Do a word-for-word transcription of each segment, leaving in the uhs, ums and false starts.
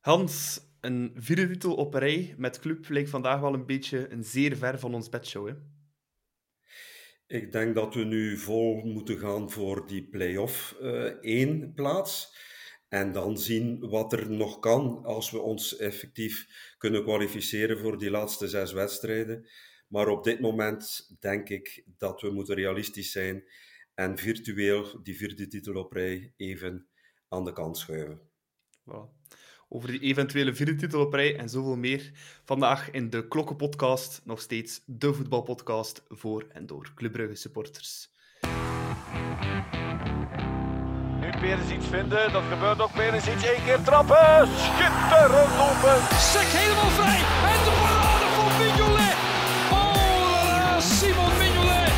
Hans, een vierde titel op rij met club lijkt vandaag wel een beetje een zeer ver van ons bedshow, hè? Ik denk dat we nu vol moeten gaan voor die play-off eh één plaats. En dan zien wat er nog kan als we ons effectief kunnen kwalificeren voor die laatste zes wedstrijden. Maar op dit moment denk ik dat we moeten realistisch zijn en virtueel die vierde titel op rij even aan de kant schuiven. Voilà. Over die eventuele vierde titel op rij en zoveel meer vandaag in de Klokkenpodcast, nog steeds de voetbalpodcast voor en door Club Brugge supporters. Nu Perisic vinden, dat gebeurt ook. Perisic één keer trappen, schitterend doelpunt. Sek helemaal vrij en de parade van Mignolet. Oh, Simon Mignolet.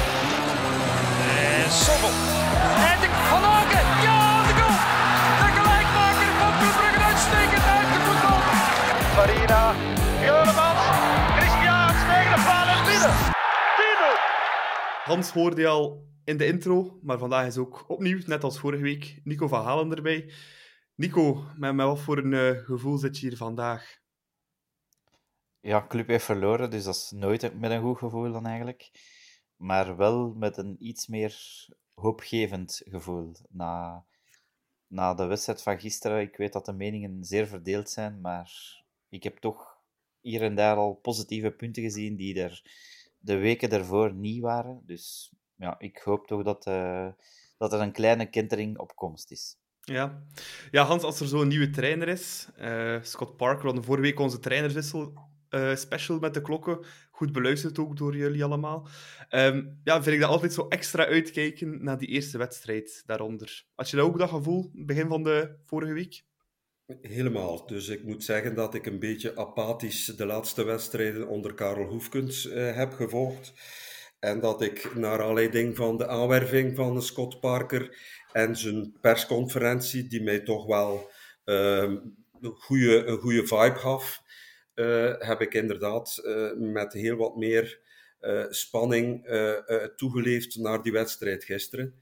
En Sobel. En de Van Aken, ja, de goal. De gelijkmaker van Club Brugge, uitstekend uitgevoetbald. Farina, Juremans, Christian tegen de paal en binnen. Binnen. Hans hoorde je al in de intro, maar vandaag is ook opnieuw, net als vorige week, Nico van Halen erbij. Nico, met, met wat voor een uh, gevoel zit je hier vandaag? Ja, club heeft verloren, dus dat is nooit met een goed gevoel dan eigenlijk. Maar wel met een iets meer hoopgevend gevoel. Na, na de wedstrijd van gisteren, ik weet dat de meningen zeer verdeeld zijn, maar ik heb toch hier en daar al positieve punten gezien die er de weken daarvoor niet waren. Dus ja, ik hoop toch dat, uh, dat er een kleine kentering op komst is. Ja. ja, Hans, als er zo'n nieuwe trainer is, uh, Scott Parker, we hadden vorige week onze trainerswissel uh, special met de klokken, goed beluisterd ook door jullie allemaal. Um, ja, vind ik dat altijd zo extra uitkijken naar die eerste wedstrijd daaronder. Had je dat ook dat gevoel, begin van de vorige week? Helemaal. Dus ik moet zeggen dat ik een beetje apathisch de laatste wedstrijden onder Karel Hoefkens uh, heb gevolgd. En dat ik naar aanleiding van de aanwerving van Scott Parker en zijn persconferentie, die mij toch wel uh, een goede, een goede vibe gaf, uh, heb ik inderdaad uh, met heel wat meer uh, spanning uh, uh, toegeleefd naar die wedstrijd gisteren.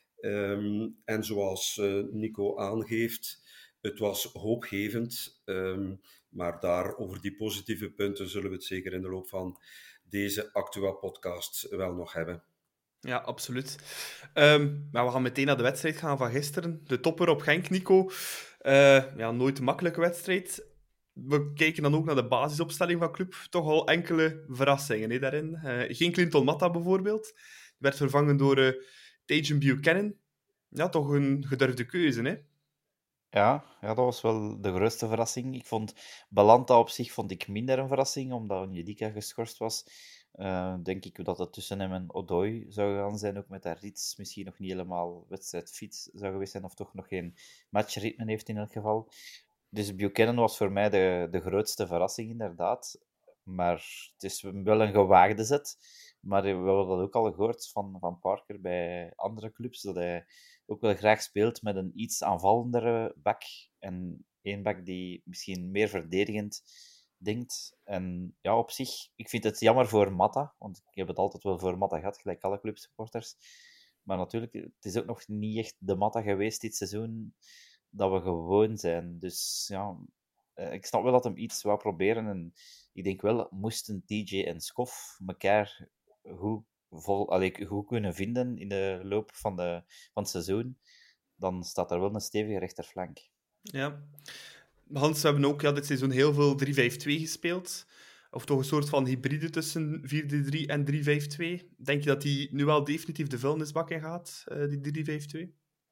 Um, en zoals uh, Nico aangeeft, het was hoopgevend, um, maar daar over die positieve punten zullen we het zeker in de loop van deze Actua-podcast wel nog hebben. Ja, absoluut. Um, maar we gaan meteen naar de wedstrijd gaan van gisteren. De topper op Genk, Nico. Uh, ja, nooit een makkelijke wedstrijd. We kijken dan ook naar de basisopstelling van club. Toch al enkele verrassingen hè, daarin. Uh, geen Clinton Matta bijvoorbeeld. Die werd vervangen door uh, Tajon Buchanan. Ja, toch een gedurfde keuze, hè? Ja, ja, dat was wel de grootste verrassing. Ik vond Balanta op zich vond ik minder een verrassing, omdat Onyedika geschorst was. Uh, denk ik dat het tussen hem en Odoi zou gaan zijn, ook met dat Rits misschien nog niet helemaal wedstrijdfit zou geweest zijn, of toch nog geen matchritme heeft in elk geval. Dus Buchanan was voor mij de, de grootste verrassing, inderdaad. Maar het is wel een gewaagde zet. Maar we hebben dat ook al gehoord van, van Parker bij andere clubs, dat hij ook wel graag speelt met een iets aanvallendere back. En één back die misschien meer verdedigend denkt. En ja, op zich, ik vind het jammer voor Matta, want ik heb het altijd wel voor Matta gehad, gelijk alle clubsupporters. Maar natuurlijk, het is ook nog niet echt de Matta geweest dit seizoen dat we gewoon zijn. Dus ja, ik snap wel dat hem iets wou proberen. En ik denk wel, moesten T J en Skof elkaar goed, vol, allee, goed kunnen vinden in de loop van, de, van het seizoen, dan staat er wel een stevige rechterflank. Ja. Hans, we hebben ook ja, dit seizoen heel veel drie vijf twee gespeeld. Of toch een soort van hybride tussen vier drie drie en drie vijf twee. Denk je dat die nu wel definitief de vuilnisbak in gaat, die drie vijf twee?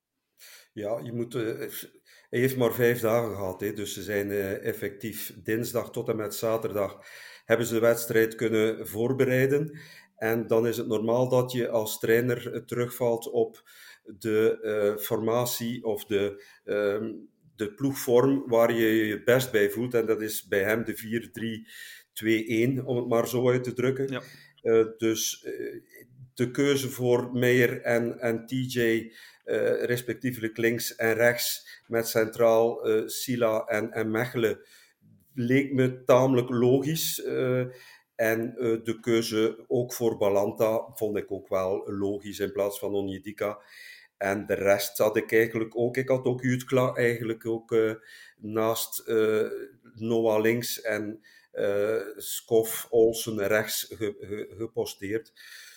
Ja, je moet, uh, hij heeft maar vijf dagen gehad, hè, dus ze zijn uh, effectief dinsdag tot en met zaterdag hebben ze de wedstrijd kunnen voorbereiden. En dan is het normaal dat je als trainer terugvalt op de uh, formatie of de, uh, de ploegvorm waar je je het best bij voelt. En dat is bij hem de vier drie twee een, om het maar zo uit te drukken. Ja. Uh, dus uh, de keuze voor Meijer en, en T J... Uh, respectievelijk links en rechts, met centraal uh, Sila en, en Mechelen, leek me tamelijk logisch. Uh, en uh, de keuze ook voor Balanta vond ik ook wel logisch in plaats van Onyedika. En de rest had ik eigenlijk ook. Ik had ook Jutkla eigenlijk ook uh, naast uh, Noah links en uh, Skof Olsen rechts ge, ge, geposteerd.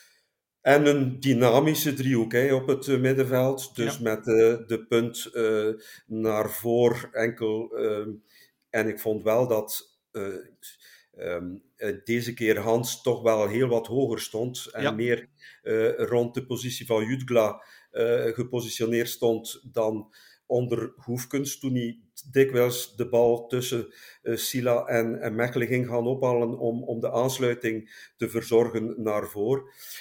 En een dynamische driehoek hè, op het uh, middenveld. Dus ja. met uh, de punt uh, naar voor enkel. Uh, en ik vond wel dat uh, um, uh, deze keer Hans toch wel heel wat hoger stond. En ja. meer uh, rond de positie van Jutgla uh, gepositioneerd stond dan onder Hoefkens. Toen hij dikwijls de bal tussen uh, Sila en, en Mechelen ging gaan ophalen om, om de aansluiting te verzorgen naar voren.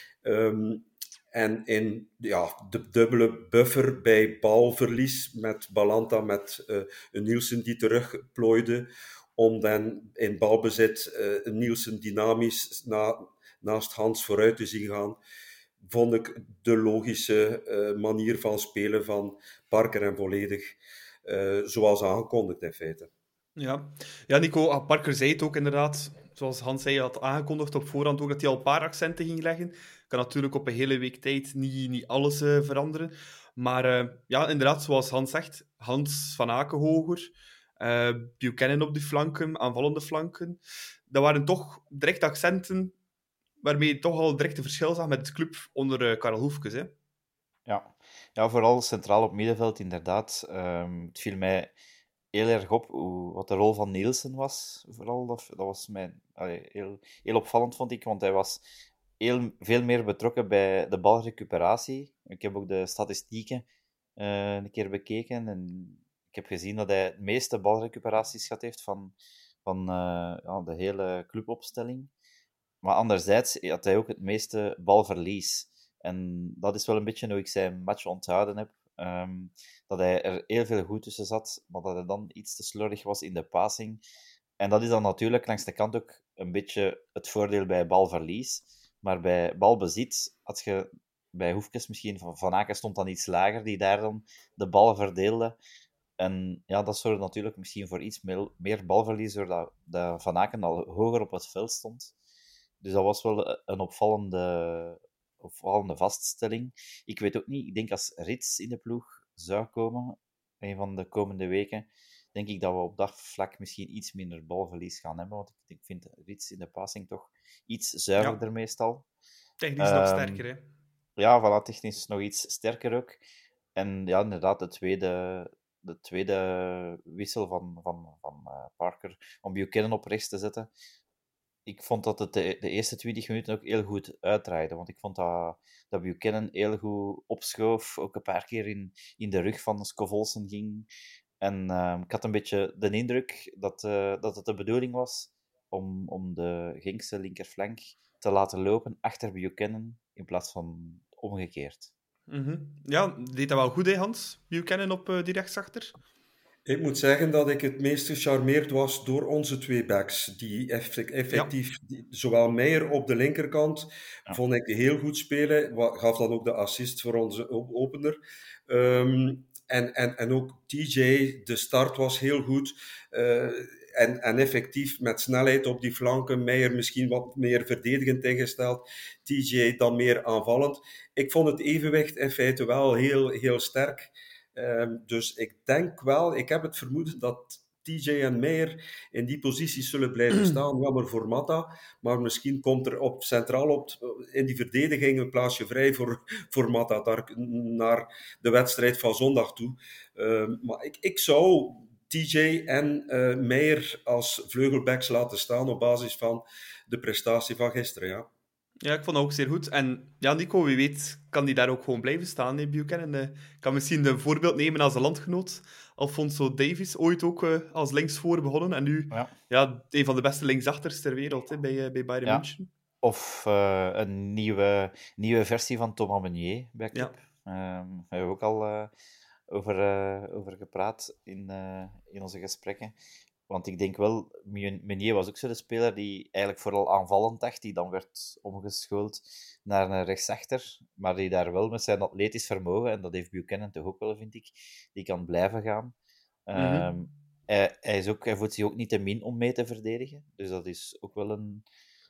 Um, en in ja, de dubbele buffer bij balverlies met Balanta, met uh, een Nielsen die terugplooide, om dan in balbezit uh, Nielsen dynamisch na, naast Hans vooruit te zien gaan, vond ik de logische uh, manier van spelen van Parker en volledig uh, zoals aangekondigd in feite. Ja. ja, Nico, Parker zei het ook inderdaad, zoals Hans zei, had aangekondigd op voorhand ook dat hij al een paar accenten ging leggen. Kan natuurlijk op een hele week tijd niet, niet alles uh, veranderen. Maar uh, ja, inderdaad, zoals Hans zegt, Hans van Aken hoger, uh, Buchanan op de flanken, aanvallende flanken. Dat waren toch direct accenten waarmee je toch al direct een verschil zag met de club onder uh, Karel Hoefkes. Hè? Ja. ja, vooral centraal op middenveld inderdaad. Um, het viel mij heel erg op hoe, wat de rol van Nielsen was. Vooral, dat, dat was mij allee, heel, heel opvallend, vond ik, want hij was heel, veel meer betrokken bij de balrecuperatie. Ik heb ook de statistieken uh, een keer bekeken en ik heb gezien dat hij de meeste balrecuperaties gehad heeft van, van uh, ja, de hele clubopstelling. Maar anderzijds had hij ook het meeste balverlies. En dat is wel een beetje hoe ik zijn match onthouden heb. Um, dat hij er heel veel goed tussen zat, maar dat hij dan iets te slordig was in de passing. En dat is dan natuurlijk langs de kant ook een beetje het voordeel bij balverlies. Maar bij balbezit had je bij Hoefkes misschien, Van, van Aken stond dan iets lager, die daar dan de ballen verdeelde. En ja, dat zorgde natuurlijk misschien voor iets meer, meer balverlies, doordat dat Van Aken al hoger op het veld stond. Dus dat was wel een opvallende, opvallende vaststelling. Ik weet ook niet, ik denk als Rits in de ploeg zou komen, een van de komende weken, denk ik dat we op dat vlak misschien iets minder balverlies gaan hebben, want ik vind Rits in de passing toch iets zuiverder ja. meestal. Technisch um, nog sterker, hè? Ja, voilà, technisch nog iets sterker ook. En ja, inderdaad, de tweede, de tweede wissel van, van, van uh, Parker om Buchanan op rechts te zetten. Ik vond dat het de, de eerste twintig minuten ook heel goed uitdraaide, want ik vond dat, dat Buchanan heel goed opschoof, ook een paar keer in, in de rug van Scovolsen ging. En uh, ik had een beetje de indruk dat, uh, dat het de bedoeling was om, om de Genkse linkerflank te laten lopen achter Buchanan, in plaats van omgekeerd. Mm-hmm. Ja, deed dat wel goed, hè, Hans? Buchanan op uh, die rechtsachter? Ik moet zeggen dat ik het meest gecharmeerd was door onze twee backs. Die effectief, ja. die, zowel Meijer op de linkerkant, ja. vond ik heel goed spelen. Wat, gaf dan ook de assist voor onze opener. Um, en, en, en ook T J, de start was heel goed. Uh, en, en effectief met snelheid op die flanken. Meijer misschien wat meer verdedigend ingesteld. T J dan meer aanvallend. Ik vond het evenwicht in feite wel heel, heel sterk. Um, dus ik denk wel, ik heb het vermoeden dat T J en Meijer in die posities zullen blijven staan. Jammer voor Mata, maar misschien komt er op, centraal op, in die verdediging een plaatsje vrij voor, voor Mata daar, naar de wedstrijd van zondag toe. Um, maar ik, ik zou T J en uh, Meijer als vleugelbacks laten staan op basis van de prestatie van gisteren, ja. Ja, ik vond dat ook zeer goed. En ja, Nico, wie weet kan die daar ook gewoon blijven staan, hè, Buchanan. Ik uh, kan misschien een voorbeeld nemen als een landgenoot. Alfonso Davies, ooit ook uh, als linksvoor begonnen. En nu ja. Ja, een van de beste linksachters ter wereld hè, bij, uh, bij Bayern ja. München. Of uh, een nieuwe, nieuwe versie van Thomas Meunier bij Club. Ja. Um, daar hebben we ook al uh, over, uh, over gepraat in, uh, in onze gesprekken. Want ik denk wel, Meunier was ook zo de speler die eigenlijk vooral aanvallend dacht, die dan werd omgeschoold naar een rechtsachter, maar die daar wel met zijn atletisch vermogen, en dat heeft Buchanan toch ook wel, vind ik, die kan blijven gaan. Mm-hmm. Um, hij, hij, is ook, hij voelt zich ook niet te min om mee te verdedigen, dus dat is ook wel een,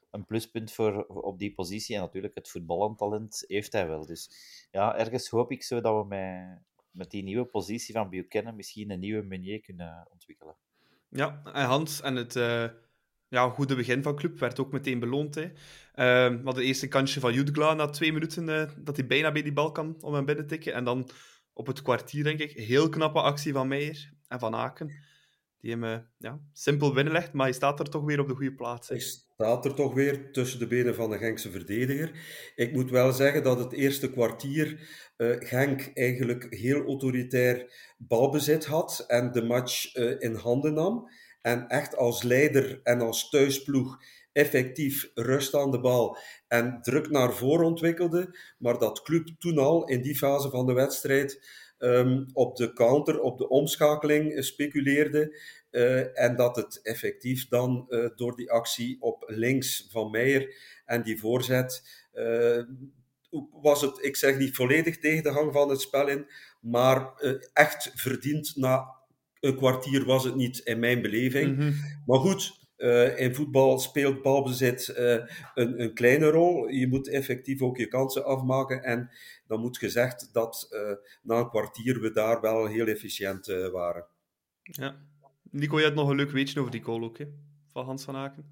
een pluspunt voor, op die positie. En natuurlijk, het voetballend talent heeft hij wel. Dus ja, ergens hoop ik zo dat we met, met die nieuwe positie van Buchanan misschien een nieuwe Meunier kunnen ontwikkelen. Ja, en Hans en het uh, ja, goede begin van club werd ook meteen beloond. Hè. Uh, we hadden eerst een kansje van Jutgla na twee minuten, uh, dat hij bijna bij die bal kan om hem binnen te tikken. En dan op het kwartier, denk ik, heel knappe actie van Meijer en Van Aken. Die hem uh, ja, simpel binnenlegt, maar hij staat er toch weer op de goede plaats. Hè. Hij staat er toch weer tussen de benen van de Genkse verdediger. Ik moet wel zeggen dat het eerste kwartier uh, Genk eigenlijk heel autoritair balbezit had en de match uh, in handen nam. En echt als leider en als thuisploeg effectief rust aan de bal en druk naar voren ontwikkelde. Maar dat club toen al in die fase van de wedstrijd um, op de counter, op de omschakeling uh, speculeerde. Uh, en dat het effectief dan uh, door die actie op links van Meijer en die voorzet, uh, was het, ik zeg niet volledig tegen de gang van het spel in, maar uh, echt verdiend na een kwartier was het niet in mijn beleving. Mm-hmm. Maar goed, uh, in voetbal speelt balbezit uh, een, een kleine rol. Je moet effectief ook je kansen afmaken en dan moet gezegd dat uh, na een kwartier we daar wel heel efficiënt uh, waren. Ja. Nico, je had nog een leuk weetje over die goal ook, hè? Van Hans van Aken.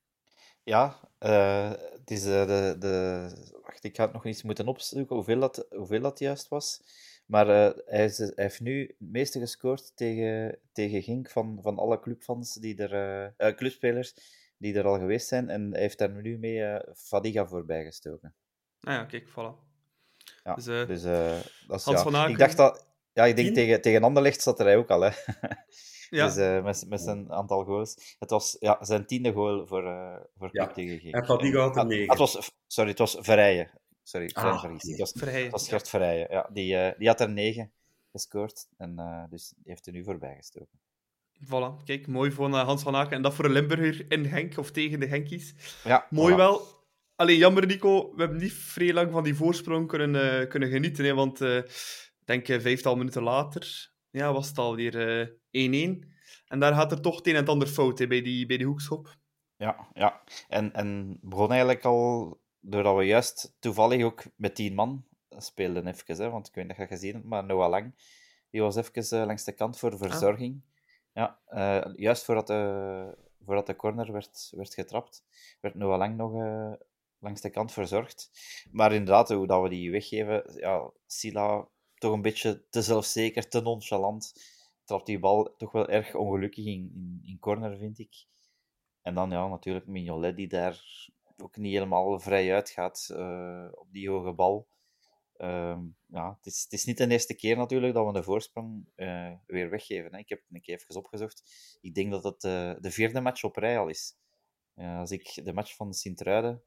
Ja, uh, het is uh, de, de... Wacht, ik ga het nog eens moeten opzoeken hoeveel dat, hoeveel dat juist was. Maar uh, hij, is, hij heeft nu het meeste gescoord tegen, tegen Genk van, van alle clubfans die er, uh, uh, clubspelers die er al geweest zijn. En hij heeft daar nu mee uh, Fadiga voorbij gestoken. Ah ja, kijk, voilà. Ja, dus, uh, dus uh, dat is, Hans ja. van Aken... Ik dacht dat... Ja, ik denk tegen, tegen Anderlecht zat er hij ook al, hè. Ja. Dus uh, met, met zijn aantal goals. Het was ja, zijn tiende goal voor, uh, voor Club ja. tegen Genk. En Fadiga had er negen. Het was, sorry, het was Verrijen. Sorry, ah, vergis. Het was, Verrijen. het was Gert Verrijen. Ja, die, uh, die had er negen gescoord. En uh, dus die heeft er nu voorbij gestoken. Voilà, kijk, mooi van uh, Hans van Aken. En dat voor een Limburger in Genk, of tegen de Genkies. Ja, mooi voilà. wel. Alleen jammer, Nico, we hebben niet vrij lang van die voorsprong kunnen, uh, kunnen genieten. Hè, want ik uh, denk uh, vijftal minuten later ja, was het alweer uh, één-één. En daar gaat er toch het een en het ander fout hè, bij, die, bij die hoekschop. Ja, ja. En, en begon eigenlijk al doordat we juist toevallig ook met tien man speelden even. Hè, want ik weet niet of je gezien hebt, maar Noah Lang die was even uh, langs de kant voor verzorging. Ah. Ja, uh, juist voordat de, voordat de corner werd, werd getrapt, werd Noah Lang nog uh, langs de kant verzorgd. Maar inderdaad, hoe dat we die weggeven, ja, Sila toch een beetje te zelfzeker, te nonchalant. Trapt die bal toch wel erg ongelukkig in, in, in corner, vind ik. En dan ja, natuurlijk Mignolet, die daar ook niet helemaal vrij uitgaat uh, op die hoge bal. Uh, ja, het, is, het is niet de eerste keer natuurlijk dat we de voorsprong uh, weer weggeven. Hè. Ik heb het een keer even opgezocht. Ik denk dat het uh, de vierde match op rij al is. Uh, als ik de match van Sint-Truiden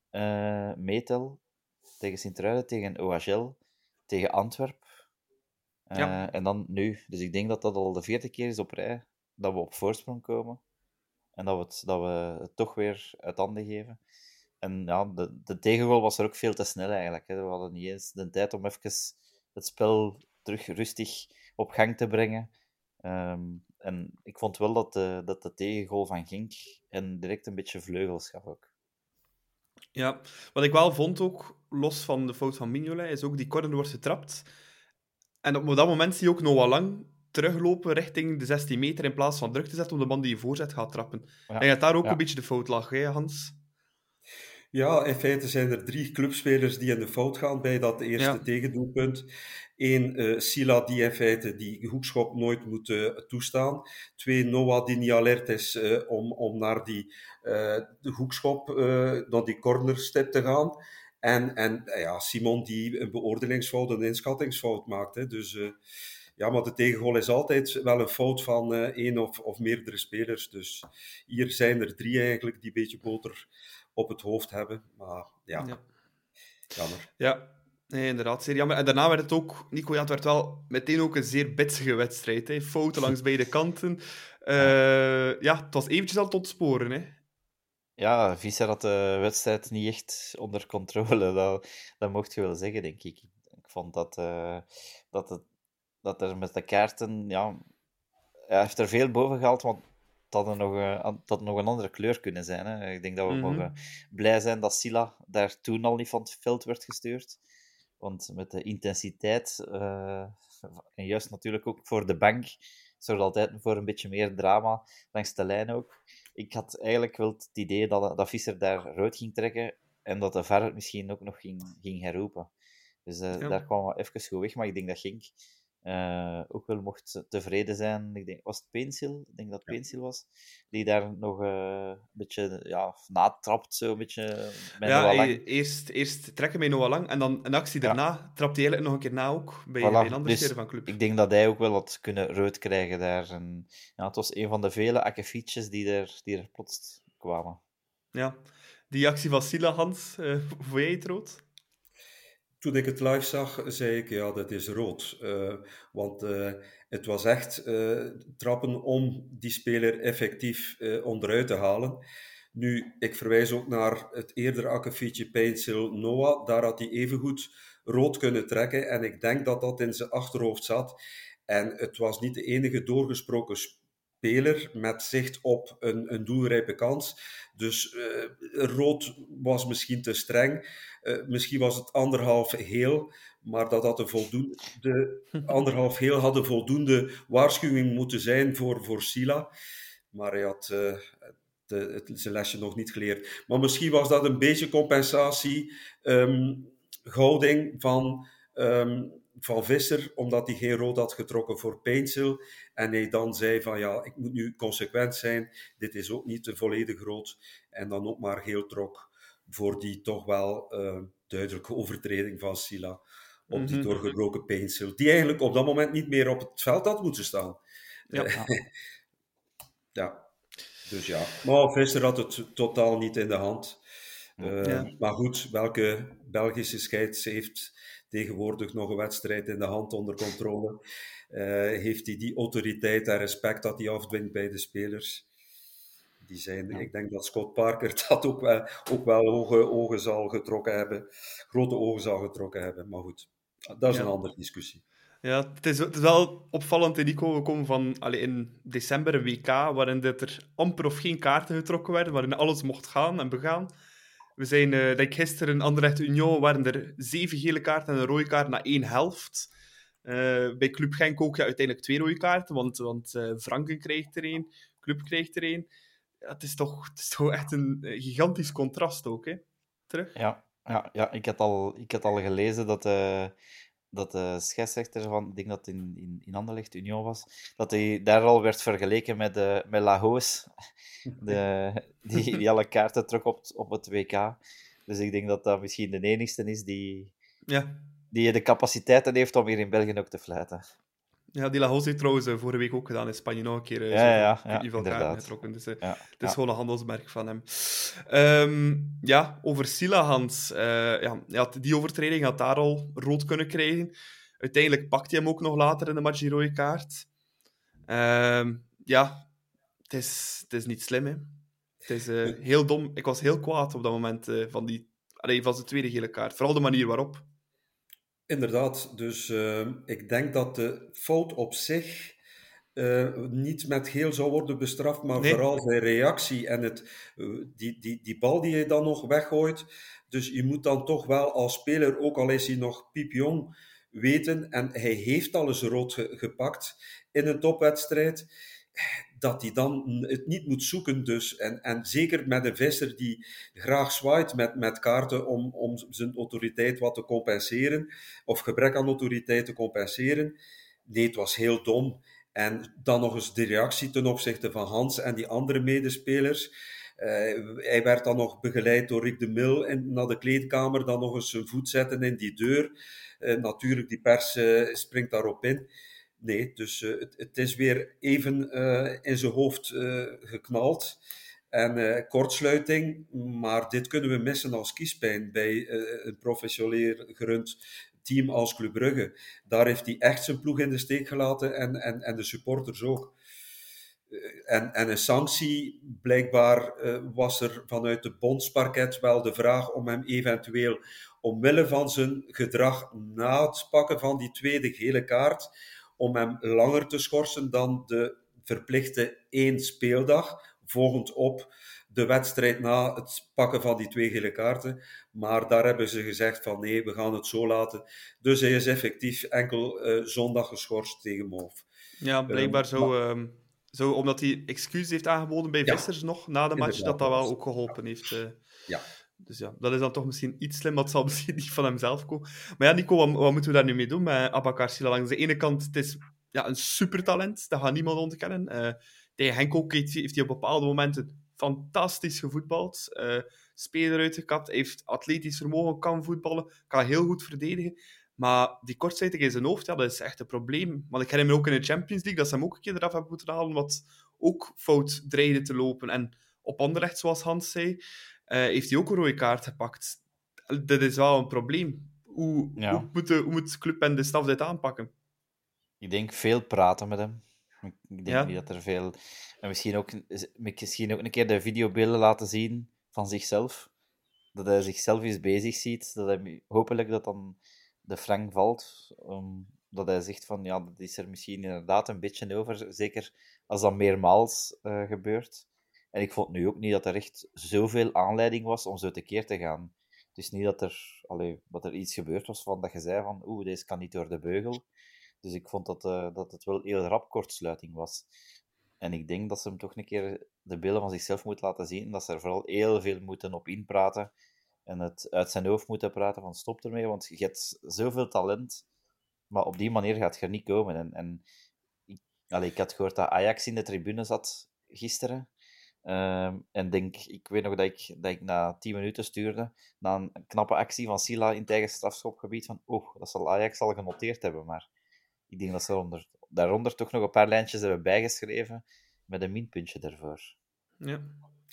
uh, meetel, tegen Sint-Truiden, tegen O H L, tegen Antwerpen. Uh, ja. En dan nu. Dus ik denk dat dat al de vierde keer is op rij dat we op voorsprong komen. En dat we het, dat we het toch weer uit handen geven. En ja, de, de tegengoal was er ook veel te snel eigenlijk. Hè. We hadden niet eens de tijd om even het spel terug rustig op gang te brengen. Um, en ik vond wel dat de, dat de tegengoal van Genk en direct een beetje vleugels gaf ook. Ja, wat ik wel vond ook, los van de fout van Mignolet, is ook die corner wordt getrapt. En op dat moment zie je ook Noah Lang teruglopen richting de zestien meter in plaats van druk te zetten om de man die je voorzet gaat trappen. Ja. En dat daar ook ja. een beetje de fout lag, hè, Hans? Ja, in feite zijn er drie clubspelers die in de fout gaan bij dat eerste ja. tegendoelpunt. Eén, uh, Sila, die in feite die hoekschop nooit moet uh, toestaan. Twee, Noah, die niet alert is uh, om, om naar die uh, de hoekschop, uh, naar die cornerstep te gaan. En, en ja, Simon, die een beoordelingsfout, een inschattingsfout maakt. Hè. Dus uh, ja, maar de tegengoal is altijd wel een fout van uh, één of, of meerdere spelers. Dus hier zijn er drie eigenlijk die een beetje boter op het hoofd hebben. Maar ja, ja. jammer. Ja, nee, inderdaad, zeer jammer. En daarna werd het ook, Nico, ja, het werd wel meteen ook een zeer bitsige wedstrijd. Hè. Fouten langs beide kanten. Uh, ja, het was eventjes al tot sporen, hè. Ja, Visser had de wedstrijd niet echt onder controle. Dat, dat mocht je wel zeggen, denk ik. Ik vond dat, uh, dat, het, dat er met de kaarten... Ja, hij heeft er veel boven gehaald, want dat er nog, uh, dat er nog een andere kleur kunnen zijn. Hè. Ik denk dat we Mhm. mogen blij zijn dat Silla daar toen al niet van het veld werd gestuurd. Want met de intensiteit, uh, en juist natuurlijk ook voor de bank, zorgt altijd voor een beetje meer drama langs de lijn ook. Ik had eigenlijk wel het idee dat, dat Visser daar rood ging trekken en dat de V A R het misschien ook nog ging, ging herroepen. Dus uh, Ja. daar kwam we even goed weg, maar ik denk dat Genk uh, ook wel mocht tevreden zijn. Ik denk, was het Peensil? Ik denk dat het Ja. Peensil was. Die daar nog uh, een beetje ja, natrapt, zo een beetje met Ja, Noah hij- Lang. eerst, eerst trekken met Noah Lang en dan een actie Ja. daarna trapt hij eigenlijk nog een keer na ook bij, Voilà, bij een andere dus speler van club. ik denk dat hij ook wel had kunnen rood krijgen daar. En, ja, het was een van de vele akkefietjes die er, die er plots kwamen. Ja. Die actie van Silla, Hans, uh, hoe vond jij het rood? Toen ik het live zag, zei ik, ja, dat is rood. Uh, want uh, het was echt uh, trappen om die speler effectief uh, onderuit te halen. Nu, ik verwijs ook naar het eerdere akkefietje Peinsil Noah. Daar had hij evengoed rood kunnen trekken. En ik denk dat dat in zijn achterhoofd zat. En het was niet de enige doorgesproken speler met zicht op een, een doelrijpe kans. Dus uh, rood was misschien te streng. Uh, misschien was het anderhalf heel, maar dat had een voldoende, de anderhalf heel had een voldoende waarschuwing moeten zijn voor, voor Silla. Maar hij had uh, de, het, zijn lesje nog niet geleerd. Maar misschien was dat een beetje compensatie, um, houding van, um, van Visser, omdat hij geen rood had getrokken voor Peinsil. En hij dan zei van ja, ik moet nu consequent zijn, dit is ook niet een volledig rood. En dan ook maar geel trok voor die toch wel uh, duidelijke overtreding van Silla op mm-hmm. die doorgebroken Peinsil, die eigenlijk op dat moment niet meer op het veld had moeten staan. Ja. Uh, ja. Dus ja. Maar Visser had het totaal niet in de hand. Uh, ja. Maar goed, welke Belgische scheids heeft tegenwoordig nog een wedstrijd in de hand onder controle? Uh, heeft hij die autoriteit en respect dat hij afdwingt bij de spelers? Die zijn, ja. Ik denk dat Scott Parker dat ook wel, ook wel ogen, ogen zal getrokken hebben. Grote ogen zal getrokken hebben. Maar goed, dat is ja. een andere discussie. Ja, het is, het is wel opvallend, Nico. We komen van allee, in december een W K waarin er amper of geen kaarten getrokken werden, waarin alles mocht gaan en begaan. We zijn, uh, like gisteren, Anderlecht Union, waren er zeven gele kaarten en een rode kaart na één helft. Uh, bij Club Genk ook ja, uiteindelijk twee rode kaarten, want, want uh, Franken krijgt er één, Club krijgt er één. Ja, het, is toch, het is toch echt een gigantisch contrast ook, hè? Terug? Ja, ja, ja ik, had al, ik had al gelezen dat, uh, dat de scheidsrechter van, ik denk dat het in, in, in Anderlecht Union was, dat hij daar al werd vergeleken met, uh, met Lahoos, de, die, die alle kaarten trok op, op het W K. Dus ik denk dat dat misschien de enigste is die, ja. die de capaciteiten heeft om hier in België ook te fluiten. Ja, die Lajos heeft trouwens uh, vorige week ook gedaan in Spanje nog een keer. Uh, ja, ja, ja, ja inderdaad. Getrokken, dus uh, ja, het is ja. gewoon een handelsmerk van hem. Um, ja, over Silla, Hans. Uh, ja, ja, die overtreding had daar al rood kunnen krijgen. Uiteindelijk pakt hij hem ook nog later in de match, die rode kaart. Um, ja, het is, het is niet slim, hè. Het is uh, heel dom. Ik was heel kwaad op dat moment uh, van, die, allee, van zijn tweede gele kaart. Vooral de manier waarop. Inderdaad, dus uh, ik denk dat de fout op zich uh, niet met geel zou worden bestraft, maar nee. vooral zijn reactie en het, uh, die, die, die bal die hij dan nog weggooit. Dus je moet dan toch wel als speler, ook al is hij nog piepjong, weten, en hij heeft al eens rood ge- gepakt in een topwedstrijd, dat hij dan het niet moet zoeken dus. En, en zeker met een Visser die graag zwaait met, met kaarten om, om zijn autoriteit wat te compenseren, of gebrek aan autoriteit te compenseren. Nee, het was heel dom. En dan nog eens de reactie ten opzichte van Hans en die andere medespelers. Uh, hij werd dan nog begeleid door Rick de Mil in, naar de kleedkamer, dan nog eens zijn voet zetten in die deur. Uh, natuurlijk, die pers uh, springt daarop in. Nee, dus uh, het, het is weer even uh, in zijn hoofd uh, geknald. En uh, kortsluiting, maar dit kunnen we missen als kiespijn bij uh, een professioneel gerund team als Club Brugge. Daar heeft hij echt zijn ploeg in de steek gelaten en, en, en de supporters ook. Uh, en, en een sanctie, blijkbaar uh, was er vanuit de bondsparket wel de vraag om hem eventueel, omwille van zijn gedrag na het pakken van die tweede gele kaart, om hem langer te schorsen dan de, verplichte één speeldag, volgend op de wedstrijd na het pakken van die twee gele kaarten. Maar daar hebben ze gezegd van nee, we gaan het zo laten. Dus hij is effectief enkel uh, zondag geschorst tegen Mauve. Ja, blijkbaar Um, zo, maar... um, zo, omdat hij excuus heeft aangeboden bij ja, Vissers nog na de match, dat dat wel ook geholpen heeft. Uh. Ja. Dus ja, dat is dan toch misschien iets slim, maar het zal misschien niet van hemzelf komen. Maar ja, Nico, wat, wat moeten we daar nu mee doen met Abakar Sila? Langs de ene kant, het is ja, een supertalent, dat gaat niemand ontkennen. Uh, tegen Henk ook heeft, heeft hij op bepaalde momenten fantastisch gevoetbald. Uh, speler uitgekapt, hij heeft atletisch vermogen, kan voetballen, kan heel goed verdedigen. Maar die kortzijdig in zijn hoofd, ja, dat is echt een probleem. Want ik herinner me ook in de Champions League dat ze hem ook een keer eraf hebben moeten halen, wat ook fout dreigde te lopen. En op Anderlecht, zoals Hans zei, uh, heeft hij ook een rode kaart gepakt. Dat is wel een probleem. Hoe, Ja. hoe, moet de, hoe moet de club en de staf dit aanpakken? Ik denk veel praten met hem. Ik denk Ja. niet dat er veel... En misschien ook, misschien ook een keer de videobeelden laten zien van zichzelf. Dat hij zichzelf eens bezig ziet. Dat hij, hopelijk dat dan de frank valt. Um, dat hij zegt van, ja, dat is er misschien inderdaad een beetje over. Zeker als dat meermaals uh, gebeurt. En ik vond nu ook niet dat er echt zoveel aanleiding was om zo tekeer te gaan. Het is niet dat er, allee, dat er iets gebeurd was van dat je zei van, oeh, deze kan niet door de beugel. Dus ik vond dat, uh, dat het wel heel rap kortsluiting was. En ik denk dat ze hem toch een keer de beelden van zichzelf moet laten zien. En dat ze er vooral heel veel moeten op inpraten. En het uit zijn hoofd moeten praten van stop ermee. Want je hebt zoveel talent. Maar op die manier gaat het er niet komen. En, en ik, allee, ik had gehoord dat Ajax in de tribune zat gisteren. Um, en denk, ik weet nog dat ik, dat ik na tien minuten stuurde. Na een knappe actie van Sila in het eigen strafschopgebied. Van, oh, dat zal Ajax al genoteerd hebben. Maar ik denk dat ze onder, daaronder toch nog een paar lijntjes hebben bijgeschreven met een minpuntje ervoor. Ja.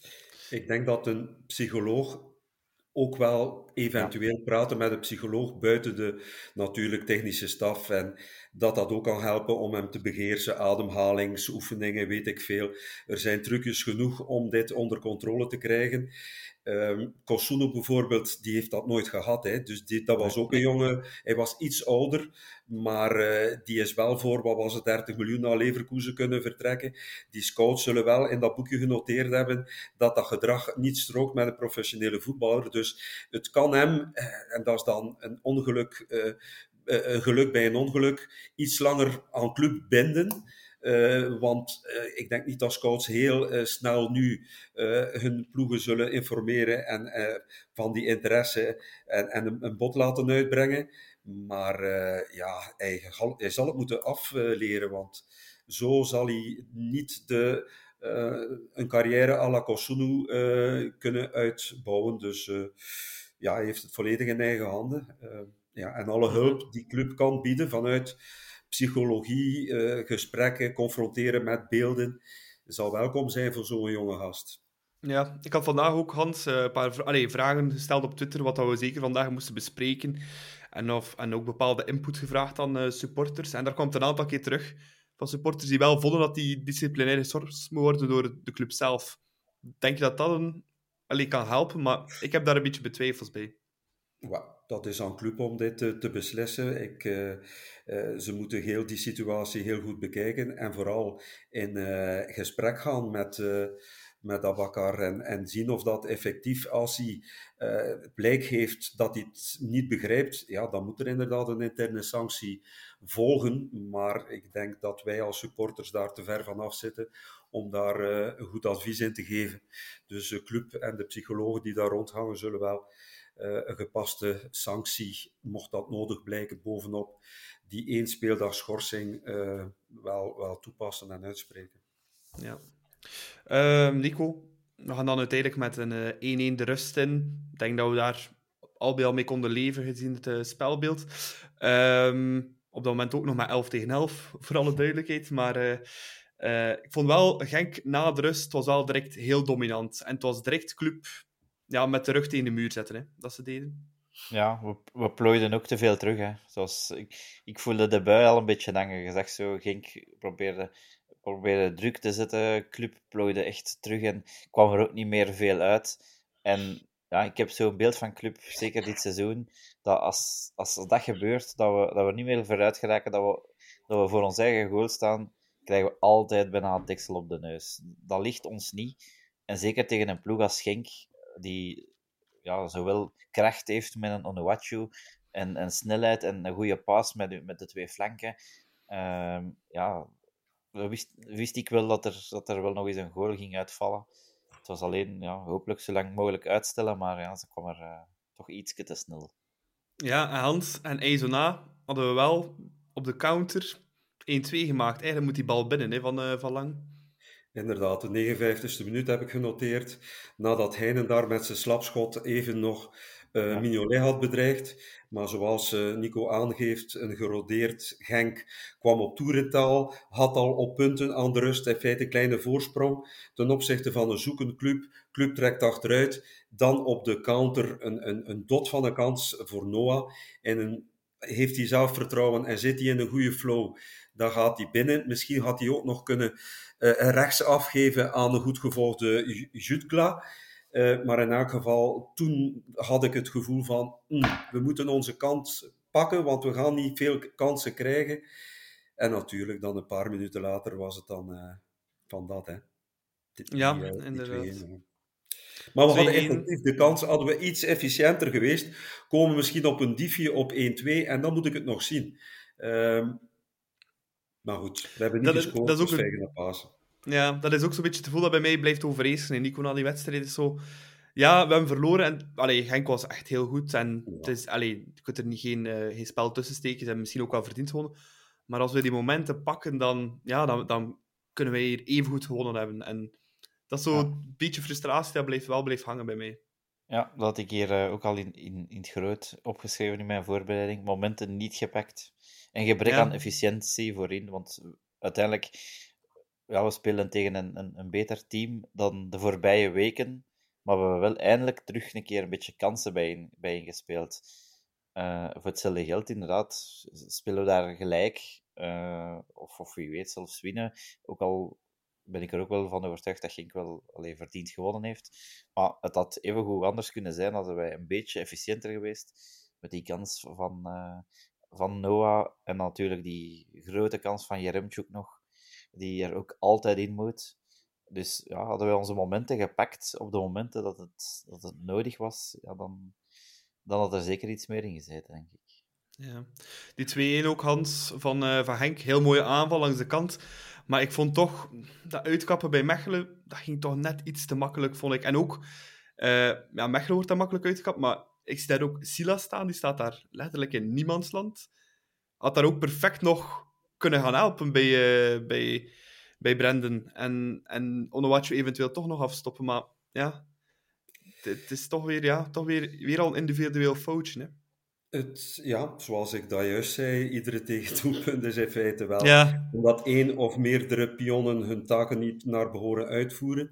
Ik denk dat een psycholoog ook wel eventueel ja. praten met een psycholoog buiten de natuurlijk technische staf en dat dat ook kan helpen om hem te beheersen, ademhalingsoefeningen, weet ik veel. Er zijn trucjes genoeg om dit onder controle te krijgen. Um, Kosuno bijvoorbeeld, die heeft dat nooit gehad. Hè. Dus die, dat was ook een jongen, hij was iets ouder, maar uh, die is wel voor, wat was het, dertig miljoen naar Leverkusen kunnen vertrekken. Die scouts zullen wel in dat boekje genoteerd hebben dat dat gedrag niet strookt met een professionele voetballer. Dus het kan hem, en dat is dan een ongeluk, uh, uh, een geluk bij een ongeluk, iets langer aan club binden. Uh, want uh, ik denk niet dat scouts heel uh, snel nu uh, hun ploegen zullen informeren en uh, van die interesse en, en een, een bod laten uitbrengen. Maar uh, ja, hij, hij zal het moeten afleren, want zo zal hij niet de, uh, een carrière à la Kosuno uh, kunnen uitbouwen. Dus uh, ja, hij heeft het volledig in eigen handen. Uh, ja, en alle hulp die club kan bieden vanuit psychologie, uh, gesprekken, confronteren met beelden, zal welkom zijn voor zo'n jonge gast. Ja, ik had vandaag ook, Hans, uh, een paar vra- Allee, vragen gesteld op Twitter, wat we zeker vandaag moesten bespreken. En, of, en ook bepaalde input gevraagd aan uh, supporters. En daar kwam het een aantal keer terug van supporters die wel vonden dat die disciplinair geschorst moet worden door de club zelf. Denk je dat dat een, allee, kan helpen? Maar ik heb daar een beetje betwijfels bij. Well, dat is aan club om dit te, te beslissen. Ik, uh, uh, ze moeten heel die situatie heel goed bekijken en vooral in uh, gesprek gaan met, uh, met Abakar en, en zien of dat effectief, als hij uh, blijk heeft dat hij het niet begrijpt, ja, dan moet er inderdaad een interne sanctie volgen. Maar ik denk dat wij als supporters daar te ver van af zitten om daar uh, een goed advies in te geven. Dus de club en de psychologen die daar rondhangen zullen wel Uh, een gepaste sanctie, mocht dat nodig blijken, bovenop die één speeldag schorsing uh, wel, wel toepassen en uitspreken. Ja. Uh, Nico, we gaan dan uiteindelijk met een uh, één-één de rust in. Ik denk dat we daar al bij al mee konden leven, gezien het uh, spelbeeld. Um, op dat moment ook nog maar elf tegen elf, voor alle duidelijkheid. Maar uh, uh, ik vond wel, Genk na de rust was wel direct heel dominant. En het was direct club... Ja, met de rug tegen de muur zetten, hè, dat ze deden. Ja, we, we plooiden ook te veel terug. Hè. Zoals, ik, ik voelde de bui al een beetje hangen. Je zag zo, Genk probeerde, probeerde druk te zetten. Club plooide echt terug en kwam er ook niet meer veel uit. En ja, ik heb zo'n beeld van Club, zeker dit seizoen, dat als, als dat gebeurt, dat we, dat we niet meer vooruit geraken, dat we, dat we voor ons eigen goal staan, krijgen we altijd bijna een deksel op de neus. Dat ligt ons niet. En zeker tegen een ploeg als Genk, die ja, zowel kracht heeft met een Onuachu en, en snelheid en een goede paas met, met de twee flanken. Uh, ja, wist, wist ik wel dat er, dat er wel nog eens een goal ging uitvallen. Het was alleen, ja, hopelijk zo lang mogelijk uitstellen, maar ja, ze kwam er uh, toch iets te snel. Ja, en Hans en Aizona hadden we wel op de counter één-twee gemaakt. Eigenlijk moet die bal binnen hè, van, uh, van Lang. Inderdaad, de negenenvijftigste minuut heb ik genoteerd. Nadat Heinen daar met zijn slapschot even nog uh, ja. Mignolet had bedreigd. Maar zoals uh, Nico aangeeft, een gerodeerd Genk kwam op toerental. Had al op punten aan de rust in feite een kleine voorsprong ten opzichte van een zoekend club. Club trekt achteruit. Dan op de counter een, een, een dot van een kans voor Noah. En een, heeft hij zelfvertrouwen en zit hij in een goede flow. Dan gaat hij binnen. Misschien had hij ook nog kunnen uh, rechts afgeven aan de goed gevolgde Jutkla. Uh, maar in elk geval, toen had ik het gevoel van mm, we moeten onze kans pakken, want we gaan niet veel kansen krijgen. En natuurlijk, dan een paar minuten later was het dan uh, van dat. Hè. Die, ja, uh, inderdaad. Die maar we hadden effectief de kans, hadden we iets efficiënter geweest, komen we misschien op een diefje op één-twee en dan moet ik het nog zien. Uh, maar goed, we hebben niet dat gescoord, is, dat is ook dus een... naar Pasen. Ja, dat is ook zo'n beetje het gevoel dat bij mij blijft overheersen. En Nico na die wedstrijd is zo... Ja, we hebben verloren en allee, Genk was echt heel goed. En ja. het is, allee, je kunt er niet geen, uh, geen spel tussen steken. Ze hebben misschien ook wel verdiend gewonnen. Maar als we die momenten pakken, dan, ja, dan, dan kunnen wij hier even goed gewonnen hebben. En dat is zo'n ja. beetje frustratie dat blijft, wel blijft hangen bij mij. Ja, dat had ik hier uh, ook al in, in, in het groot opgeschreven in mijn voorbereiding. Momenten niet gepakt. En gebrek ja. aan efficiëntie voorin. Want uiteindelijk... Ja, we spelen tegen een, een, een beter team dan de voorbije weken, maar we hebben wel eindelijk terug een keer een beetje kansen bij, bij gespeeld. Uh, voor hetzelfde geld, inderdaad, spelen we daar gelijk, uh, of, of wie weet zelfs winnen. Ook al ben ik er ook wel van overtuigd dat Genk wel allee, verdiend gewonnen heeft. Maar het had even goed anders kunnen zijn als wij een beetje efficiënter geweest met die kans van, uh, van Noah en natuurlijk die grote kans van Jaremchuk nog, die er ook altijd in moet. Dus ja, hadden wij onze momenten gepakt op de momenten dat het, dat het nodig was, ja, dan, dan had er zeker iets meer in gezeten, denk ik. Ja. Die twee-een ook, Hans, van, uh, van Genk. Heel mooie aanval langs de kant. Maar ik vond toch, dat uitkappen bij Mechelen, dat ging toch net iets te makkelijk, vond ik. En ook, uh, ja, Mechelen wordt daar makkelijk uitgekapt, maar ik zie daar ook Silas staan, die staat daar letterlijk in niemandsland. Had daar ook perfect nog kunnen gaan helpen bij, uh, bij, bij Brandon. En, en Onuachu eventueel toch nog afstoppen. Maar ja, het is toch weer, ja, toch weer, weer al een individueel foutje. Hè? Het, ja, zoals ik dat juist zei, iedere tegendoelpunt is in feite wel. Ja. Omdat één of meerdere pionnen hun taken niet naar behoren uitvoeren,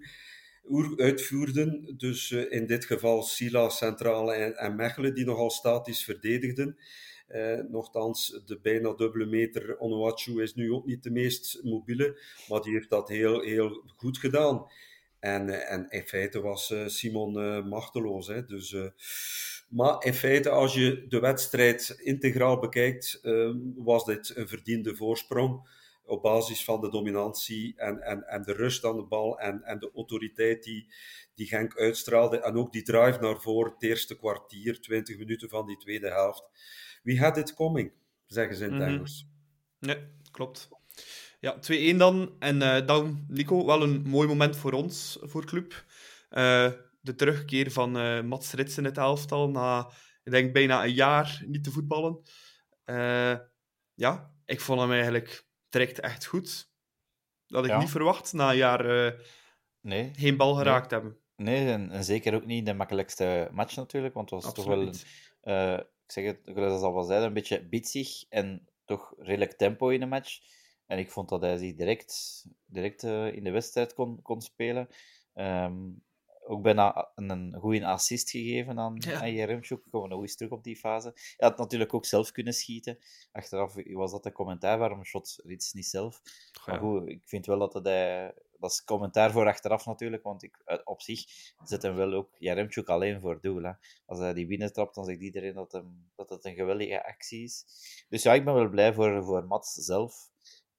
uitvoerden. Dus uh, in dit geval Sila, Centrale en, en Mechelen, die nogal statisch verdedigden. Uh, nochtans, de bijna dubbele meter Onuachu is nu ook niet de meest mobiele, maar die heeft dat heel, heel goed gedaan. En, uh, en in feite was uh, Simon uh, machteloos. Hè? Dus, uh, maar in feite, als je de wedstrijd integraal bekijkt, uh, was dit een verdiende voorsprong op basis van de dominantie en, en, en de rust aan de bal en, en de autoriteit die, die Genk uitstraalde. En ook die drive naar voren, het eerste kwartier, twintig minuten van die tweede helft. We had it coming, zeggen ze in het mm-hmm. Engels. Ja, klopt. Ja, twee-een dan. En uh, dan, Nico, wel een mooi moment voor ons, voor club. Uh, de terugkeer van uh, Mats Rits in het elftal na, ik denk, bijna een jaar niet te voetballen. Uh, ja, ik vond hem eigenlijk direct echt goed. Dat had ik ja. niet verwacht, na een jaar uh, nee. geen bal geraakt nee. hebben. Nee, en, en zeker ook niet de makkelijkste match natuurlijk, want het was Absoluut toch wel... Uh, ik zeg het, zoals al wel zeiden, een beetje bitsig en toch redelijk tempo in de match. En ik vond dat hij zich direct, direct uh, in de wedstrijd kon, kon spelen. Um, ook bijna een, een goede assist gegeven aan, ja. aan Jaremchuk. Komen we nog eens terug op die fase. Hij had natuurlijk ook zelf kunnen schieten. Achteraf was dat een commentaar, waarom shot Rits niet zelf. Ja. Maar goed, ik vind wel dat het... Hij, dat is commentaar voor achteraf natuurlijk, want ik, op zich zet hem wel ook Jaremchuk alleen voor doel. Hè. Als hij die binnentrapt, dan zegt iedereen dat, hem, dat het een geweldige actie is. Dus ja, ik ben wel blij voor, voor Mats zelf.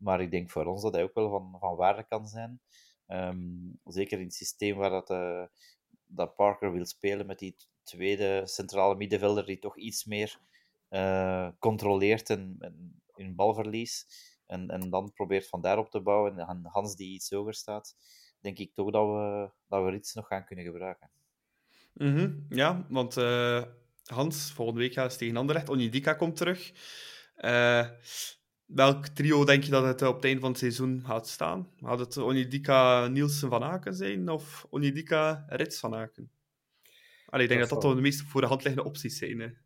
Maar ik denk voor ons dat hij ook wel van, van waarde kan zijn. Um, zeker in het systeem waar dat, uh, dat Parker wil spelen met die tweede centrale middenvelder die toch iets meer uh, controleert en, en in balverlies. En, en dan probeert van daarop te bouwen. En Hans die iets hoger staat, denk ik toch dat we, dat we iets nog gaan kunnen gebruiken. Mm-hmm, ja, want uh, Hans, volgende week gaat het tegen Anderlecht. Onyedika komt terug. Uh, welk trio denk je dat het op het einde van het seizoen gaat staan? Gaat het Onyedika Nielsen van Aken zijn of Onyedika Rits van Aken? Allee, ik denk dat dat, dat toch de meest voor de hand liggende opties zijn. Hè?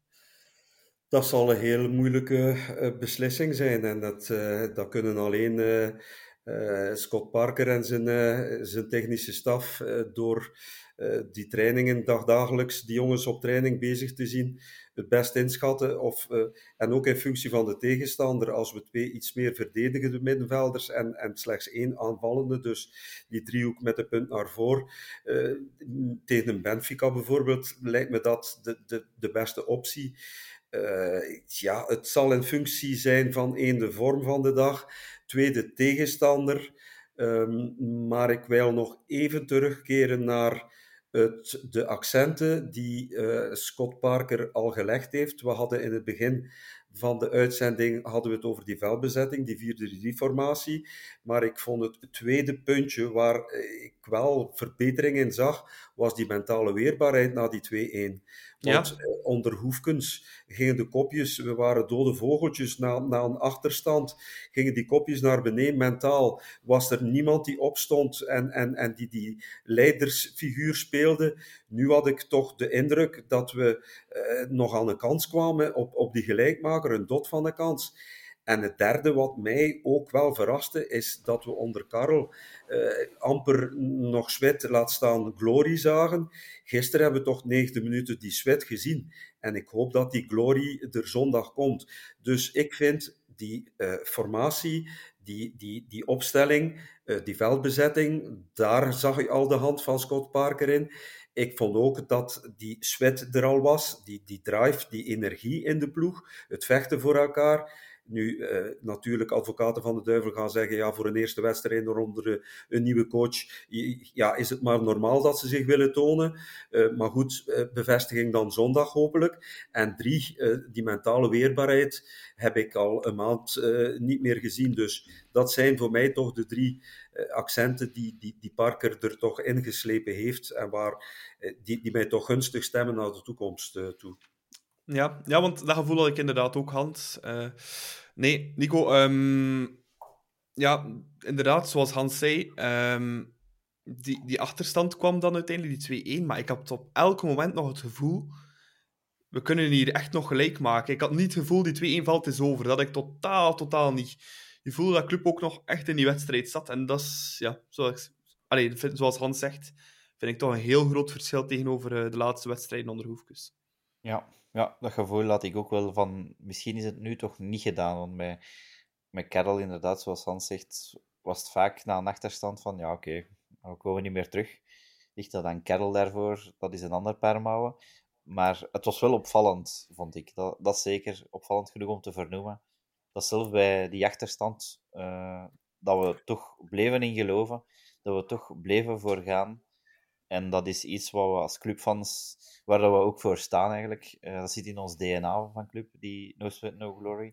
Dat zal een heel moeilijke uh, beslissing zijn. En dat, uh, dat kunnen alleen uh, uh, Scott Parker en zijn, uh, zijn technische staf uh, door uh, die trainingen dagdagelijks, die jongens op training bezig te zien, het best inschatten. Of, uh, en ook in functie van de tegenstander, als we twee iets meer verdedigende middenvelders en, en slechts één aanvallende, dus die driehoek met de punt naar voren. Uh, tegen een Benfica bijvoorbeeld lijkt me dat de, de, de beste optie. Uh, ja, het zal in functie zijn van één, de vorm van de dag, twee, de tegenstander. Um, maar ik wil nog even terugkeren naar het, de accenten die uh, Scott Parker al gelegd heeft. We hadden in het begin van de uitzending hadden we het over die veldbezetting, die vier drie drie formatie. Maar ik vond het tweede puntje waar ik wel verbetering in zag, was die mentale weerbaarheid na die twee-één. Want ja. onder Hoefkens gingen de kopjes, we waren dode vogeltjes na, na een achterstand, gingen die kopjes naar beneden. Mentaal was er niemand die opstond en, en, en die die leidersfiguur speelde. Nu had ik toch de indruk dat we uh, nog aan een kans kwamen op, op die gelijkmaker, een dot van de kans. En het derde wat mij ook wel verraste, is dat we onder Karel uh, amper nog Sweat, laat staan Glory zagen. Gisteren hebben we toch negentig minuten die Sweat gezien. En ik hoop dat die Glory er zondag komt. Dus ik vind die uh, formatie, die, die, die opstelling, uh, die veldbezetting, daar zag je al de hand van Scott Parker in. Ik vond ook dat die Sweat er al was, die, die drive, die energie in de ploeg, het vechten voor elkaar. Nu, uh, natuurlijk, advocaten van de duivel gaan zeggen, ja, voor een eerste wedstrijd onder uh, een nieuwe coach, ja, is het maar normaal dat ze zich willen tonen. Uh, maar goed, uh, bevestiging dan zondag hopelijk. En drie, uh, die mentale weerbaarheid heb ik al een maand uh, niet meer gezien. Dus dat zijn voor mij toch de drie uh, accenten die, die, die Parker er toch ingeslepen heeft en waar, uh, die, die mij toch gunstig stemmen naar de toekomst uh, toe. Ja, ja, want dat gevoel had ik inderdaad ook, Hans. Uh, nee, Nico, um, ja, inderdaad, zoals Hans zei, um, die, die achterstand kwam dan uiteindelijk, die twee-één, maar ik had op elk moment nog het gevoel, we kunnen hier echt nog gelijk maken. Ik had niet het gevoel, die twee-één valt is over. Dat had ik totaal, totaal niet. Je voelde dat club ook nog echt in die wedstrijd zat. En dat is, ja, zoals, allez, zoals Hans zegt, vind ik toch een heel groot verschil tegenover uh, de laatste wedstrijden onder Hoefkes. Ja. Ja, dat gevoel had ik ook wel van, misschien is het nu toch niet gedaan, want met, met Karel inderdaad, zoals Hans zegt, was het vaak na een achterstand van, ja oké, okay, we komen niet meer terug. Ligt dat aan Karel daarvoor, dat is een ander paar mouwen. Maar het was wel opvallend, vond ik. Dat, dat is zeker opvallend genoeg om te vernoemen. Dat zelfs bij die achterstand, uh, dat we toch bleven in geloven, dat we toch bleven voor gaan. En dat is iets wat we als clubfans, waar we ook voor staan eigenlijk. Uh, dat zit in ons D N A van club, die No Sweat, No Glory.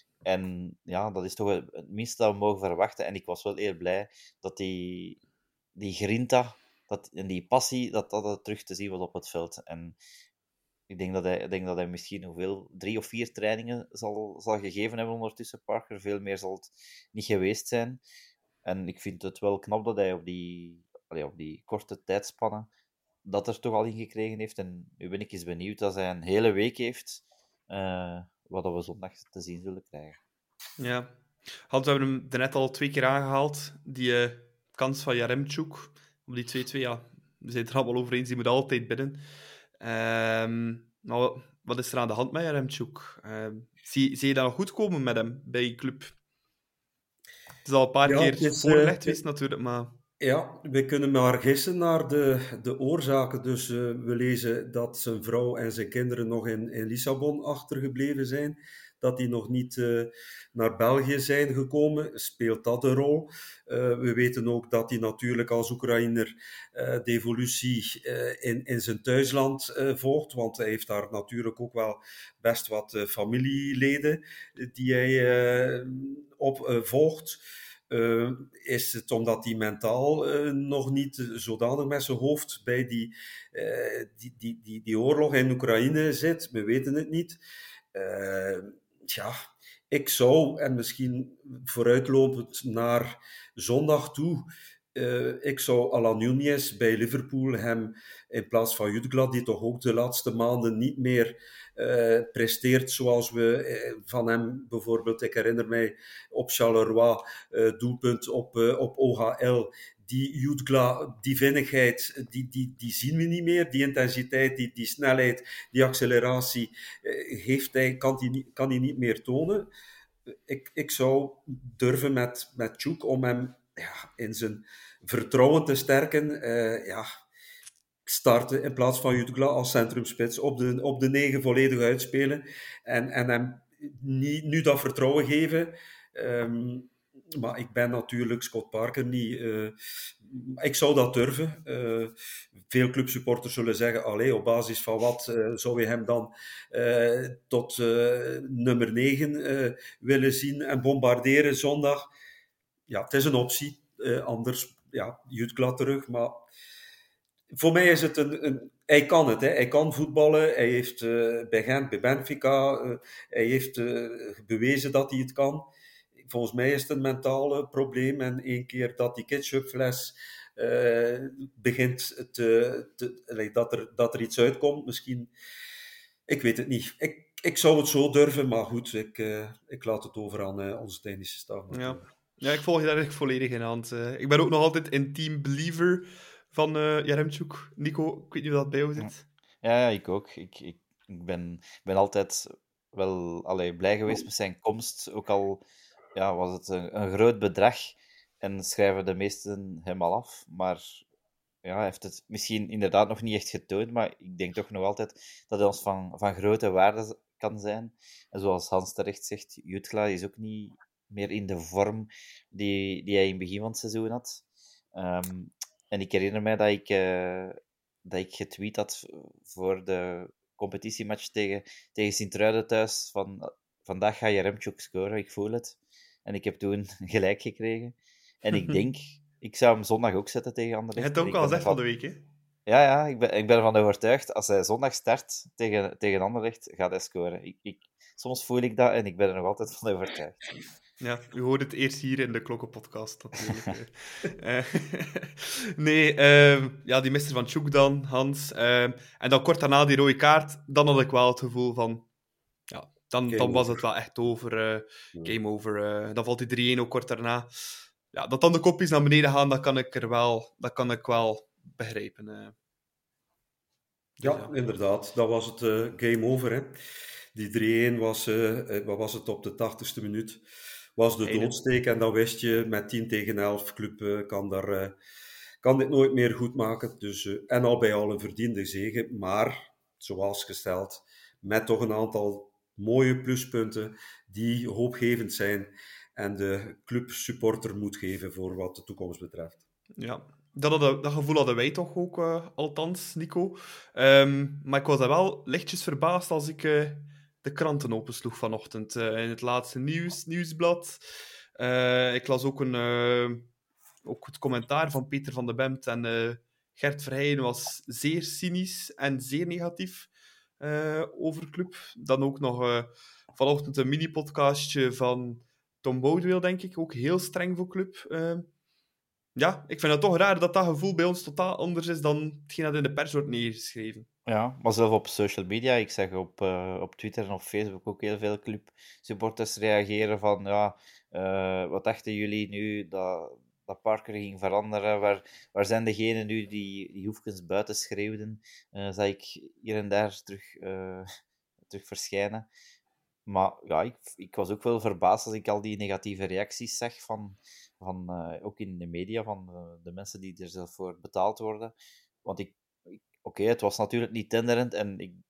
En ja, dat is toch het minste dat we mogen verwachten. En ik was wel heel blij dat die, die grinta dat, en die passie, dat dat terug te zien was op het veld. En ik denk dat hij, ik denk dat hij misschien hoeveel, drie of vier trainingen zal, zal gegeven hebben ondertussen, Parker. Veel meer zal het niet geweest zijn. En ik vind het wel knap dat hij op die... Allee, op die korte tijdspannen, dat er toch al in gekregen heeft. En nu ben ik eens benieuwd als hij een hele week heeft, uh, wat we zondag te zien zullen krijgen. Ja. Hans, we hebben hem net al twee keer aangehaald. Die uh, kans van Jaremchuk op die twee-twee, ja, we zijn het er allemaal over eens, die moet altijd binnen. Um, nou, wat is er aan de hand met Jaremchuk? Uh, zie, zie je dat nog goed komen met hem bij je club? Het is al een paar ja, keer is, voorgelegd uh, geweest natuurlijk, maar... Ja, we kunnen maar gissen naar de, de oorzaken. Dus uh, we lezen dat zijn vrouw en zijn kinderen nog in, in Lissabon achtergebleven zijn. dat die nog niet uh, naar België zijn gekomen. Speelt dat een rol? Uh, we weten ook dat hij natuurlijk als Oekraïner uh, de evolutie uh, in, in zijn thuisland uh, volgt, want hij heeft daar natuurlijk ook wel best wat uh, familieleden die hij uh, op uh, volgt. Uh, is het omdat hij mentaal uh, nog niet zodanig met zijn hoofd bij die, uh, die, die, die, die oorlog in Oekraïne zit? We weten het niet. Uh, ja, ik zou, en misschien vooruitlopend naar zondag toe, uh, ik zou Alan Nunez bij Liverpool hem in plaats van Jutgla, die toch ook de laatste maanden niet meer Uh, presteert zoals we uh, van hem bijvoorbeeld, ik herinner mij op Charleroi, uh, doelpunt op, uh, op O H L, die Jutgla, die vinnigheid, die, die, die zien we niet meer, die intensiteit, die, die snelheid, die acceleratie, uh, heeft hij, kan hij niet, kan hij niet meer tonen. Ik, ik zou durven met, met Tjouk om hem ja, in zijn vertrouwen te sterken, uh, ja, starten in plaats van Jutgla als centrumspits op de, op de negen volledig uitspelen en, en hem niet, nu dat vertrouwen geven. Um, maar ik ben natuurlijk Scott Parker niet. Uh, ik zou dat durven. Uh, veel clubsupporters zullen zeggen, allee, op basis van wat uh, zou je hem dan uh, tot uh, nummer negen uh, willen zien en bombarderen zondag? Ja, het is een optie. Uh, anders, ja, Jutgla terug, maar voor mij is het een, een... Hij kan het, hè. Hij kan voetballen. Hij heeft uh, bij Gent, bij Benfica... Uh, hij heeft uh, bewezen dat hij het kan. Volgens mij is het een mentaal probleem. En één keer dat die ketchupfles uh, begint te... te like, dat, er, dat er iets uitkomt, misschien... Ik weet het niet. Ik, ik zou het zo durven, maar goed, ik, uh, ik laat het over aan uh, onze technische staf. Ja. ja, ik volg je daar echt volledig in hand. Uh, ik ben ook nog altijd een team believer van uh, Jaremchuk. Nico, ik weet niet of dat bij jou zit. Ja, ja ik ook. Ik, ik, ik ben, ben altijd wel allee, blij geweest met zijn komst. Ook al ja, was het een, een groot bedrag en schrijven de meesten hem al af. Maar ja, hij heeft het misschien inderdaad nog niet echt getoond. Maar ik denk toch nog altijd dat hij ons van, van grote waarde kan zijn. En zoals Hans terecht zegt, Jutgla is ook niet meer in de vorm die, die hij in het begin van het seizoen had. Um, En ik herinner mij dat ik, uh, dat ik getweet had voor de competitiematch tegen, tegen Sint-Truiden thuis van vandaag ga je Remchuk scoren, ik voel het. En ik heb toen gelijk gekregen. En ik denk, ik zou hem zondag ook zetten tegen Anderlecht. Je hebt het ook al gezegd van de week, hè? Ja, ja, ik ben, ik ben ervan overtuigd, als hij zondag start tegen, tegen Anderlecht, gaat hij scoren. Ik, ik, soms voel ik dat en ik ben er nog altijd van overtuigd. Ja, u hoort het eerst hier in de Klokkenpodcast, natuurlijk. uh, nee, uh, ja, die mister van Tjouk dan, Hans. Uh, en dan kort daarna die rode kaart, dan had ik wel het gevoel van... Ja, dan, dan was het wel echt over. Uh, game over. Uh, dan valt die drie-een ook kort daarna. Ja, dat dan de kopjes naar beneden gaan, dat kan ik er wel, dat kan ik wel begrijpen. Uh. Ja, ja, inderdaad. Dat was het uh, game over, hè. Die drie-een was, uh, wat was het, op de tachtigste minuut... was de doodsteek en dan wist je met tien tegen elf, club uh, kan, daar, uh, kan dit nooit meer goed maken. Dus, uh, en al bij al een verdiende zege, maar zoals gesteld, met toch een aantal mooie pluspunten die hoopgevend zijn en de club supporter moed geven voor wat de toekomst betreft. Ja, dat, hadden, dat gevoel hadden wij toch ook, uh, althans, Nico. Um, maar ik was daar wel lichtjes verbaasd als ik... Uh, de kranten opensloeg vanochtend. Uh, in het laatste nieuws, nieuwsblad. Uh, ik las ook, een, uh, ook het commentaar van Peter van de Bemt. En uh, Gert Verheyen was zeer cynisch en zeer negatief uh, over club. Dan ook nog uh, vanochtend een mini-podcastje van Tom Boudewil, denk ik. Ook heel streng voor club. Uh, ja, ik vind het toch raar dat dat gevoel bij ons totaal anders is dan hetgeen dat in de pers wordt neergeschreven. Ja, maar zelf op social media, ik zeg op, uh, op Twitter en op Facebook ook heel veel clubsupporters reageren van ja, uh, wat dachten jullie nu dat, dat Parker ging veranderen? Waar, waar zijn degenen nu die, die Hoefkens buiten schreeuwden? Uh, zag ik hier en daar terug, uh, terug verschijnen. Maar ja, ik, ik was ook wel verbaasd als ik al die negatieve reacties zag van, van uh, ook in de media, van uh, de mensen die er zelf voor betaald worden. Want ik Oké, okay, het was natuurlijk niet tenderend en ik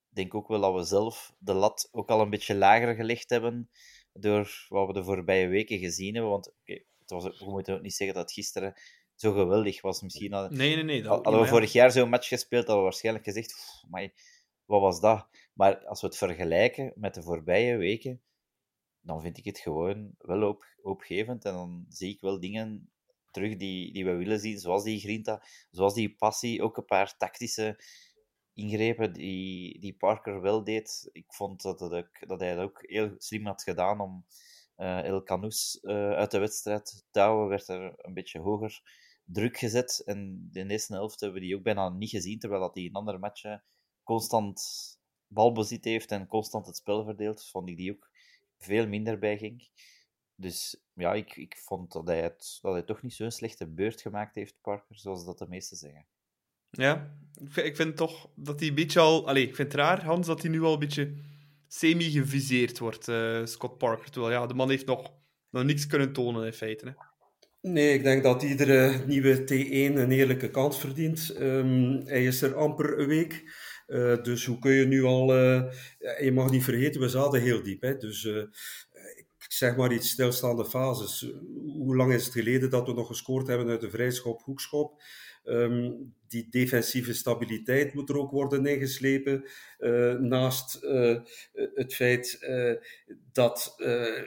ik denk ook wel dat we zelf de lat ook al een beetje lager gelegd hebben door wat we de voorbije weken gezien hebben. Want okay, het was, we moeten ook niet zeggen dat het gisteren zo geweldig was. Misschien hadden, Nee, nee, nee. Dat ook hadden niet, we maar ja. vorig jaar zo'n match gespeeld, hadden we waarschijnlijk gezegd, "Pff, amai, wat was dat?" Maar als we het vergelijken met de voorbije weken, dan vind ik het gewoon wel hoop, hoopgevend. En dan zie ik wel dingen terug die, die we willen zien, zoals die grinta, zoals die passie, ook een paar tactische ingrepen die, die Parker wel deed. Ik vond dat, dat, ook, dat hij dat ook heel slim had gedaan om uh, El Canoes uh, uit de wedstrijd te houden. Werd er een beetje hoger druk gezet. En de eerste helft hebben we die ook bijna niet gezien, terwijl dat hij in andere matchen constant balbezit heeft en constant het spel verdeelt. Vond ik die ook veel minder bij ging. Dus ja, ik, ik vond dat hij, het, dat hij toch niet zo'n slechte beurt gemaakt heeft, Parker, zoals dat de meesten zeggen. Ja, ik vind, ik vind toch dat hij een beetje al... Allee, ik vind het raar, Hans, dat hij nu al een beetje semi-geviseerd wordt, uh, Scott Parker. Terwijl ja, de man heeft nog, nog niks kunnen tonen, in feite. Hè. Nee, ik denk dat iedere nieuwe T één een eerlijke kans verdient. Um, hij is er amper een week. Uh, dus hoe kun je nu al... Uh, je mag niet vergeten, we zaten heel diep. Hè? Dus uh, ik zeg maar iets stilstaande fases. Hoe lang is het geleden dat we nog gescoord hebben uit de vrijschop, hoekschop? Um, die defensieve stabiliteit moet er ook worden ingeslepen. Uh, naast uh, het feit uh, dat... Uh,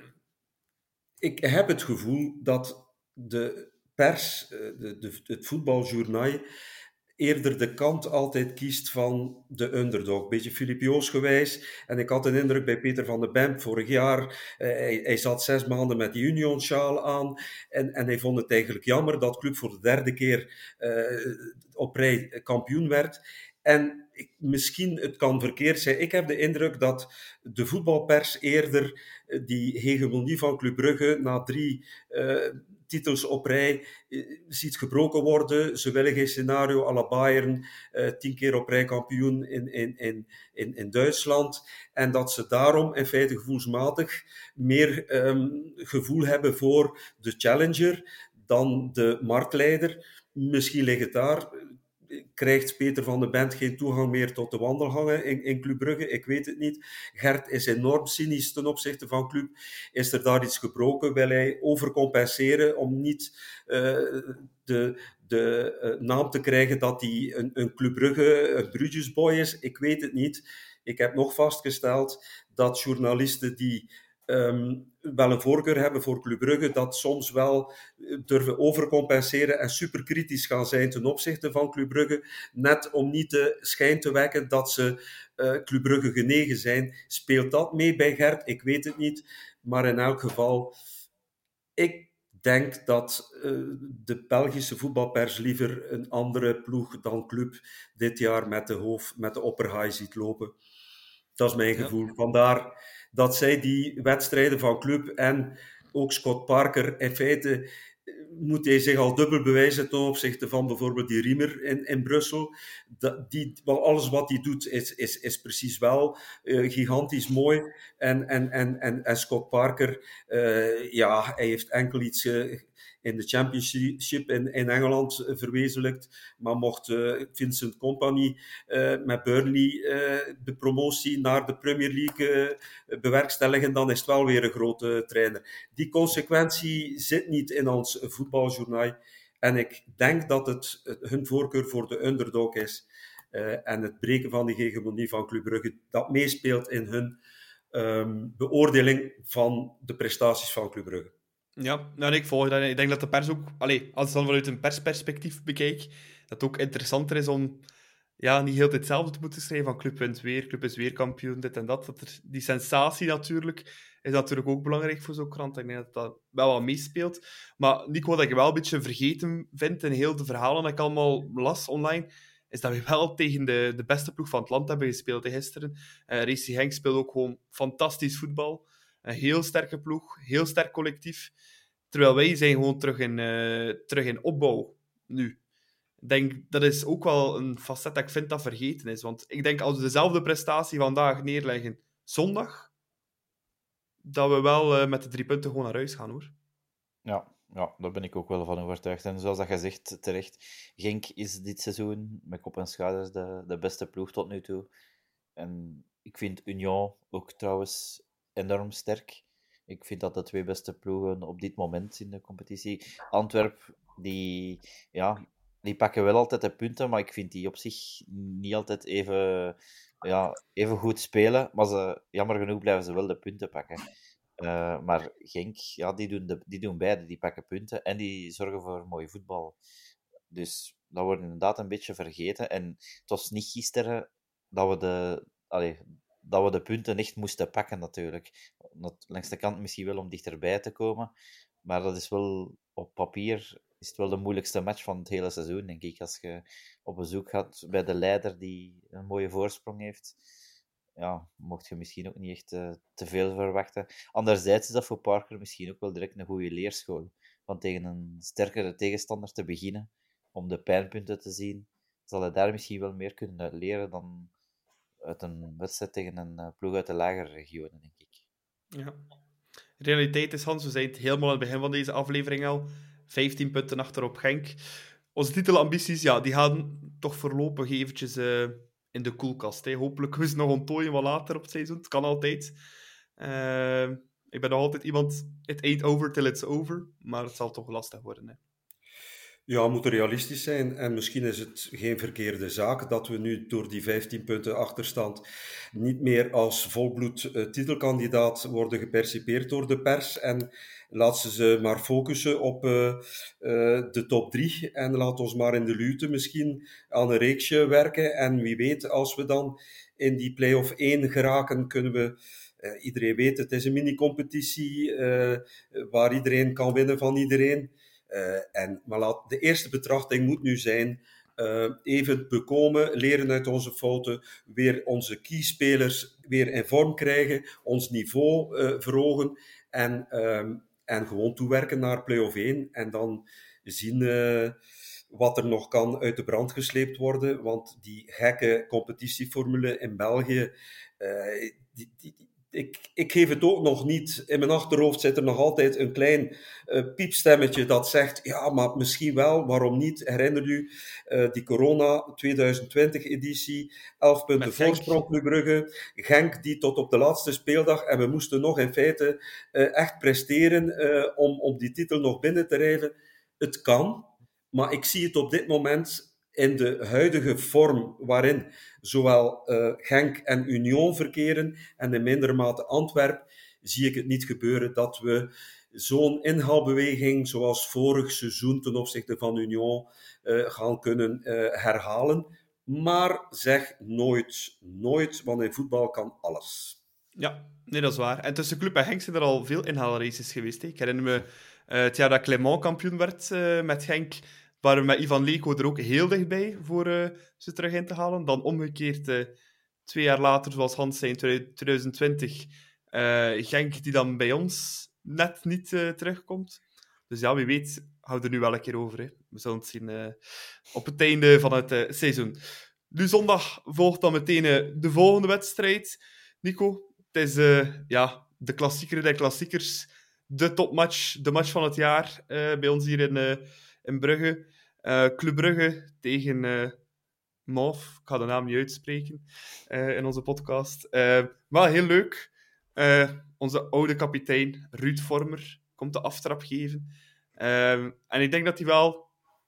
ik heb het gevoel dat de pers, de, de, het voetbaljournaal, eerder de kant altijd kiest van de underdog. Beetje Filip Joos gewijs. En ik had een indruk bij Peter van den Bemp vorig jaar. Uh, hij, hij zat zes maanden met die Union-sjaal aan. En, en hij vond het eigenlijk jammer dat Club voor de derde keer uh, op rij kampioen werd. En ik, misschien, het kan verkeerd zijn. Ik heb de indruk dat de voetbalpers eerder die hegemonie van Club Brugge na drie uh, titels op rij uh, ziet gebroken worden. Ze willen geen scenario à la Bayern, uh, tien keer op rij kampioen in, in, in, in, in Duitsland. En dat ze daarom in feite gevoelsmatig meer um, gevoel hebben voor de challenger dan de marktleider. Misschien ligt het daar. Krijgt Peter van den Bent geen toegang meer tot de wandelgangen in, in Club Brugge? Ik weet het niet. Gert is enorm cynisch ten opzichte van Club. Is er daar iets gebroken? Wil hij overcompenseren om niet uh, de, de uh, naam te krijgen dat hij een, een Club Brugge, een Brugesboy is? Ik weet het niet. Ik heb nog vastgesteld dat journalisten die Um, wel een voorkeur hebben voor Club Brugge, dat soms wel durven overcompenseren en superkritisch gaan zijn ten opzichte van Club Brugge, net om niet de schijn te wekken dat ze uh, Club Brugge genegen zijn. Speelt dat mee bij Gert? Ik weet het niet. Maar in elk geval, ik denk dat uh, de Belgische voetbalpers liever een andere ploeg dan Club dit jaar met de, hoofd, met de opperhaai ziet lopen. Dat is mijn gevoel. Ja. Vandaar dat zij die wedstrijden van Club en ook Scott Parker, in feite moet hij zich al dubbel bewijzen ten opzichte van bijvoorbeeld die Riemer in, in Brussel. Dat, die, alles wat hij doet is, is, is precies wel uh, gigantisch mooi. En, en, en, en, en Scott Parker, uh, ja, hij heeft enkel iets... Uh, in de Championship in, in Engeland uh, verwezenlijkt. Maar mocht uh, Vincent Kompany uh, met Burnley uh, de promotie naar de Premier League uh, bewerkstelligen, dan is het wel weer een grote trainer. Die consequentie zit niet in ons voetbaljournaal. En ik denk dat het hun voorkeur voor de underdog is. Uh, en het breken van die hegemonie van Club Brugge, dat meespeelt in hun um, beoordeling van de prestaties van Club Brugge. Ja, nou, ik volg dat. Ik denk dat de pers ook... Allez, als ik dan vanuit een persperspectief bekijk, dat het ook interessanter is om ja, niet heel hetzelfde te moeten schrijven van Club wint weer, Club is weer kampioen, dit en dat. dat er, die sensatie natuurlijk is natuurlijk ook belangrijk voor zo'n krant. Ik denk dat dat wel wat meespeelt. Maar Nico, wat ik wel een beetje vergeten vind in heel de verhalen dat ik allemaal las online, is dat we wel tegen de, de beste ploeg van het land hebben gespeeld gisteren. Uh, Racing Genk speelde ook gewoon fantastisch voetbal. Een heel sterke ploeg, heel sterk collectief. Terwijl wij zijn gewoon terug in, uh, terug in opbouw nu. Ik denk, dat is ook wel een facet dat ik vind dat vergeten is. Want ik denk, als we dezelfde prestatie vandaag neerleggen zondag, dat we wel uh, met de drie punten gewoon naar huis gaan, hoor. Ja, ja, daar ben ik ook wel van overtuigd. En zoals dat je zegt, terecht, Genk is dit seizoen met kop en schouders de, de beste ploeg tot nu toe. En ik vind Union ook trouwens enorm sterk. Ik vind dat de twee beste ploegen op dit moment in de competitie. Antwerp, die, ja, die pakken wel altijd de punten, maar ik vind die op zich niet altijd even, ja, even goed spelen. Maar ze, jammer genoeg blijven ze wel de punten pakken. Uh, maar Genk, ja, die doen, de, die doen beide. Die pakken punten en die zorgen voor mooi voetbal. Dus dat wordt inderdaad een beetje vergeten. En het was niet gisteren dat we de, allee, dat we de punten echt moesten pakken, natuurlijk. Langs de kant misschien wel om dichterbij te komen. Maar dat is wel, op papier, is het wel de moeilijkste match van het hele seizoen, denk ik. Als je op bezoek gaat bij de leider die een mooie voorsprong heeft, ja, mocht je misschien ook niet echt uh, te veel verwachten. Anderzijds is dat voor Parker misschien ook wel direct een goede leerschool. Want tegen een sterkere tegenstander te beginnen, om de pijnpunten te zien, zal hij daar misschien wel meer kunnen leren dan uit een wedstrijd tegen een uh, ploeg uit de lagere regionen, denk ik. Ja. De realiteit is, Hans, we zijn het helemaal aan het begin van deze aflevering al. vijftien punten achter op Genk. Onze titelambities, ja, die gaan toch voorlopig eventjes uh, in de koelkast. Hè. Hopelijk is het nog ontdooien wat later op het seizoen. Het kan altijd. Uh, ik ben nog altijd iemand, it ain't over till it's over. Maar het zal toch lastig worden, hè. Ja, we moeten realistisch zijn. En misschien is het geen verkeerde zaak dat we nu door die vijftien punten achterstand niet meer als volbloed uh, titelkandidaat worden gepercipeerd door de pers. En laat ze ze maar focussen op uh, uh, de top drie. En laat ons maar in de luwte misschien aan een reeksje werken. En wie weet, als we dan in die play-off één geraken, kunnen we... Uh, iedereen weet, het is een mini-competitie uh, waar iedereen kan winnen van iedereen. Uh, en, maar laat, de eerste betrachting moet nu zijn, uh, even bekomen, leren uit onze fouten, weer onze keyspelers weer in vorm krijgen, ons niveau uh, verhogen en, uh, en gewoon toewerken naar play-off één. En dan zien uh, wat er nog kan uit de brand gesleept worden, want die gekke competitieformule in België, uh, die, die, Ik, ik geef het ook nog niet. In mijn achterhoofd zit er nog altijd een klein uh, piepstemmetje dat zegt, ja, maar misschien wel, waarom niet? Herinner u uh, die corona twintig twintig editie, elf punten voorsprong Club Brugge, Genk die tot op de laatste speeldag, en we moesten nog in feite uh, echt presteren uh, om, om die titel nog binnen te rijven. Het kan, maar ik zie het op dit moment in de huidige vorm waarin zowel uh, Genk en Union verkeren en in mindere mate Antwerp, zie ik het niet gebeuren dat we zo'n inhaalbeweging zoals vorig seizoen ten opzichte van Union uh, gaan kunnen uh, herhalen. Maar zeg nooit, nooit, want in voetbal kan alles. Ja, nee, dat is waar. En tussen Club en Genk zijn er al veel inhaalraces geweest. Hè. Ik herinner me uh, het jaar dat Clément kampioen werd uh, met Genk, waren we met Ivan Leko er ook heel dichtbij voor uh, ze terug in te halen. Dan omgekeerd, uh, twee jaar later, zoals Hans zei, in twintig twintig, uh, Genk die dan bij ons net niet uh, terugkomt. Dus ja, wie weet, hou er nu wel een keer over. Hè. We zullen het zien uh, op het einde van het uh, seizoen. Nu zondag volgt dan meteen uh, de volgende wedstrijd. Nico, het is uh, ja, de klassieker der klassiekers. De topmatch, de match van het jaar uh, bij ons hier in... Uh, in Brugge. Uh, Club Brugge tegen uh, Mauve. Ik ga de naam niet uitspreken uh, in onze podcast. Uh, maar heel leuk. Uh, onze oude kapitein Ruud Vormer komt de aftrap geven. Uh, en ik denk dat hij wel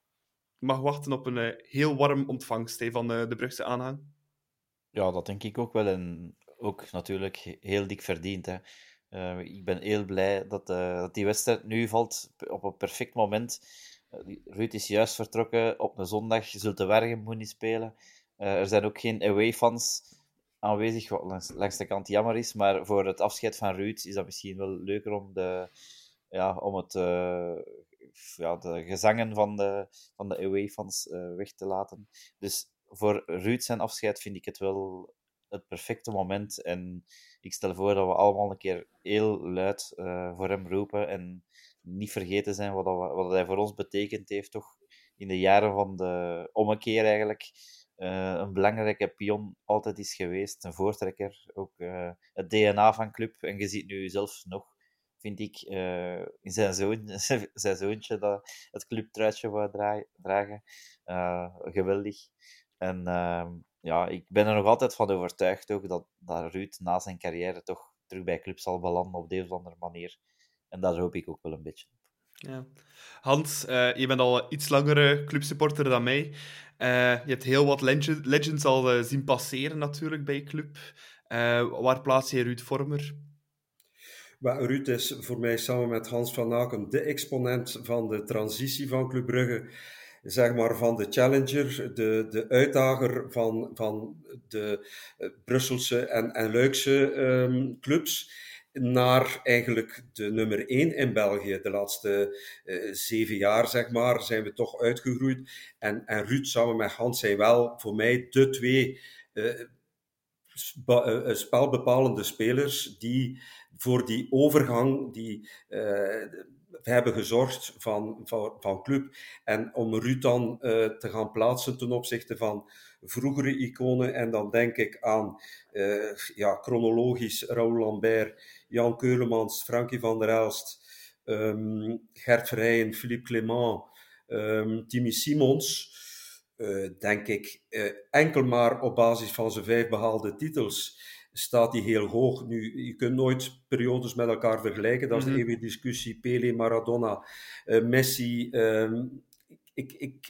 mag wachten op een uh, heel warm ontvangst he, van uh, de Brugse aanhang. Ja, dat denk ik ook wel. En ook natuurlijk heel dik verdiend. Hè. Uh, ik ben heel blij dat, uh, dat die wedstrijd nu valt op een perfect moment. Ruud is juist vertrokken op een zondag. Zulte-Waregem moet niet spelen. Uh, er zijn ook geen away-fans aanwezig, wat langs, langs de kant jammer is. Maar voor het afscheid van Ruud is dat misschien wel leuker om, de, ja, om het, uh, ja, de gezangen van de, van de away-fans uh, weg te laten. Dus voor Ruud zijn afscheid vind ik het wel het perfecte moment. En ik stel voor dat we allemaal een keer heel luid uh, voor hem roepen en niet vergeten zijn wat, dat, wat hij voor ons betekend heeft, toch in de jaren van de ommekeer eigenlijk. Uh, een belangrijke pion altijd is geweest, een voortrekker, ook uh, het D N A van club. En je ziet nu zelfs nog, vind ik, uh, in zijn, zoon, zijn zoontje dat het clubtruitje wou dra- dragen. Uh, geweldig. En uh, ja, ik ben er nog altijd van overtuigd ook dat, dat Ruud na zijn carrière toch terug bij club zal belanden op de een of andere manier. En daar hoop ik ook wel een beetje op. Ja. Hans, uh, je bent al iets langere clubsupporter dan mij. Uh, je hebt heel wat legend, legends al uh, zien passeren natuurlijk bij je club. Uh, waar plaats je Ruud Vormer? Maar Ruud is voor mij samen met Hans van Aken de exponent van de transitie van Club Brugge. Zeg maar van de challenger, de, de uitdager van, van de uh, Brusselse en, en Luikse um, clubs, naar eigenlijk de nummer één in België. De laatste uh, zeven jaar, zeg maar, zijn we toch uitgegroeid. En, en Ruud samen met Hans zijn wel voor mij de twee uh, spa, uh, spelbepalende spelers die voor die overgang die uh, hebben gezorgd van, van, van club. En om Ruud dan uh, te gaan plaatsen ten opzichte van vroegere iconen, en dan denk ik aan uh, ja, chronologisch Raoul Lambert, Jan Keulemans, Frankie van der Elst, um, Gert Verheyen, Philippe Clément, um, Timmy Simons, uh, denk ik uh, enkel maar op basis van zijn vijf behaalde titels staat hij heel hoog. Nu, je kunt nooit periodes met elkaar vergelijken. Dat is mm-hmm. de eeuwige discussie. Pelé, Maradona, uh, Messi. Uh, ik, ik,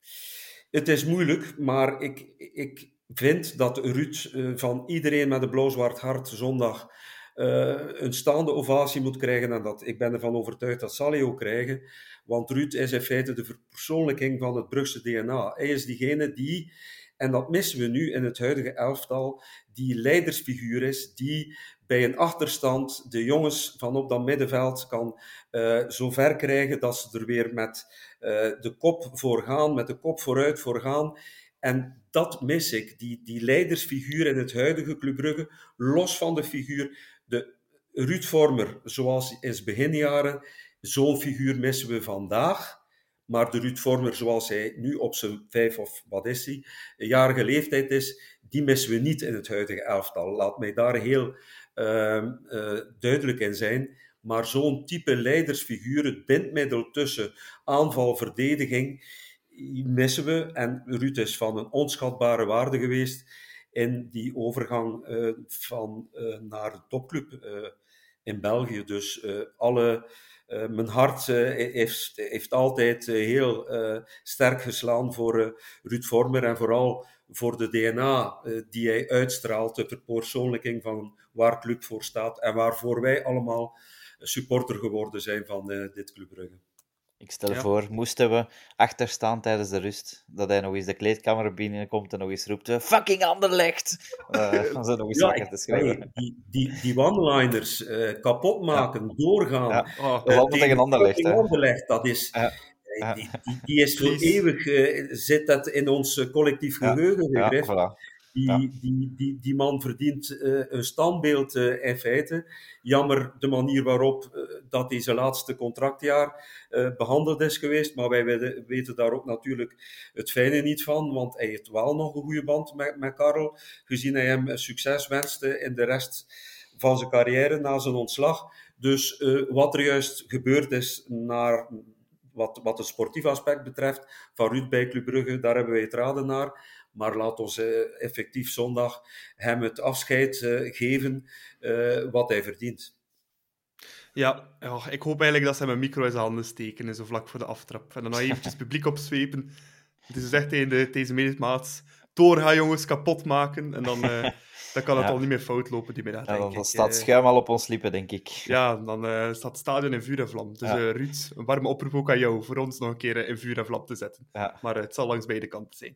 het is moeilijk, maar ik, ik vind dat Ruud uh, van iedereen met een blauw-zwart hart zondag uh, een staande ovatie moet krijgen. En dat, ik ben ervan overtuigd dat zal hij ook krijgen. Want Ruud is in feite de verpersoonlijking van het Brugse D N A. Hij is diegene die... En dat missen we nu in het huidige elftal, die leidersfiguur is, die bij een achterstand de jongens van op dat middenveld kan uh, zo ver krijgen dat ze er weer met uh, de kop voor gaan, met de kop vooruit voor gaan. En dat mis ik, die, die leidersfiguur in het huidige Club Brugge, los van de figuur, de Ruud Vormer, zoals in beginjaren, zo'n figuur missen we vandaag. Maar de Ruud Vormer, zoals hij nu op zijn vijf of wat is hij, jarige leeftijd is, die missen we niet in het huidige elftal. Laat mij daar heel uh, uh, duidelijk in zijn. Maar zo'n type leidersfiguur, het bindmiddel tussen aanval, verdediging, missen we. En Ruud is van een onschatbare waarde geweest in die overgang uh, van, uh, naar de topclub uh, in België. Dus uh, alle... Uh, mijn hart uh, heeft, heeft altijd uh, heel uh, sterk geslaan voor uh, Ruud Vormer en vooral voor de D N A uh, die hij uitstraalt, de verpersoonlijking van waar club voor staat en waarvoor wij allemaal supporter geworden zijn van uh, dit Club Brugge. Ik stel ja. voor, moesten we achterstaan tijdens de rust, dat hij nog eens de kleedkamer binnenkomt en nog eens roept, fucking Anderlecht! Uh, om ze nog eens ja, wakker te schrijven. Hey, die, die, die one-liners uh, kapot maken, ja. doorgaan. Ja. Oh, uh, tegen, tegen Anderlecht, hè. Anderlecht, dat is... Ja. Ja. Die, die, die is voor eeuwig, uh, zit dat in ons uh, collectief geheugen ja. gegrift. Ja, voilà. Die, ja. die, die, die man verdient uh, een standbeeld uh, in feite. Jammer de manier waarop uh, dat hij zijn laatste contractjaar uh, behandeld is geweest. Maar wij weten, weten daar ook natuurlijk het fijne niet van. Want hij heeft wel nog een goede band met, met Karel. Gezien hij hem succes wenste in de rest van zijn carrière na zijn ontslag. Dus uh, wat er juist gebeurd is naar... Wat, wat het sportief aspect betreft van Ruud bij Club Brugge, daar hebben wij het raden naar. Maar laat ons uh, effectief zondag hem het afscheid uh, geven uh, wat hij verdient. Ja, ja, ik hoop eigenlijk dat ze hem een micro in zijn handen steken, zo vlak voor de aftrap. En dan nog eventjes publiek opzwepen. Het is dus echt tegen de, deze medemaats. Doorgaan jongens, kapot maken. En dan, uh, dan kan het ja. al niet meer fout lopen die middag, ja, denk dan ik. staat schuim al op ons lippen, denk ik. Ja, dan uh, staat het stadion in vuur en vlam. Dus ja. uh, Ruud, een warme oproep ook aan jou, voor ons nog een keer uh, in vuur en vlam te zetten. Ja. Maar uh, het zal langs beide kanten zijn.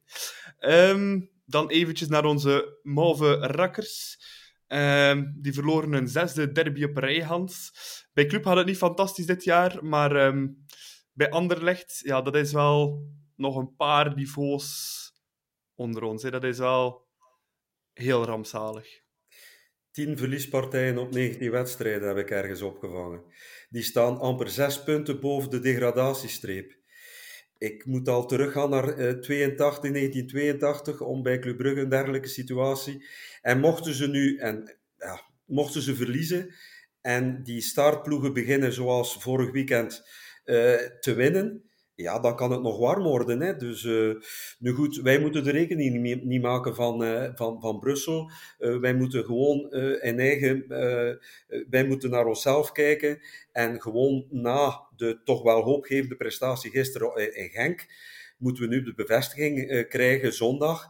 Um, dan eventjes naar onze mauve rakkers. Um, die verloren hun zesde derby op rij, Hans. Bij Club had het niet fantastisch dit jaar, maar um, bij Anderlecht, ja, dat is wel nog een paar niveaus onder ons. Hè. Dat is wel heel rampzalig. tien verliespartijen op negentien wedstrijden heb ik ergens opgevangen. Die staan amper zes punten boven de degradatiestreep. Ik moet al teruggaan naar uh, tweeëntachtig, negentien tweeëntachtig om bij Club Brugge een dergelijke situatie. En mochten ze nu, en, ja, mochten ze verliezen en die startploegen beginnen zoals vorig weekend uh, te winnen, ja, dan kan het nog warm worden. Hè? Dus uh, nu goed, wij moeten de rekening niet, niet maken van, uh, van, van Brussel. Uh, wij moeten gewoon uh, in eigen... Uh, wij moeten naar onszelf kijken en gewoon na de toch wel hoopgevende prestatie gisteren in Genk, moeten we nu de bevestiging uh, krijgen zondag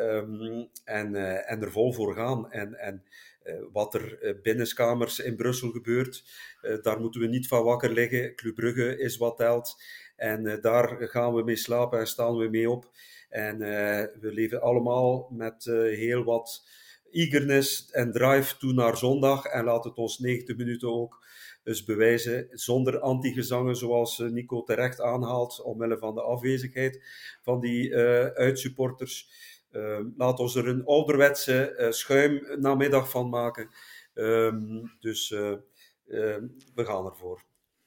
um, en, uh, en er vol voor gaan. En, en uh, wat er uh, binnenskamers in Brussel gebeurt, uh, daar moeten we niet van wakker liggen. Club Brugge is wat telt. En uh, daar gaan we mee slapen en staan we mee op. En uh, we leven allemaal met uh, heel wat eagerness en drive toe naar zondag. En laat het ons negentig minuten ook eens bewijzen. Zonder anti-gezangen, zoals uh, Nico terecht aanhaalt, omwille van de afwezigheid van die uh, uitsupporters. Uh, laat ons er een ouderwetse uh, schuim namiddag van maken. Um, dus uh, uh, we gaan ervoor.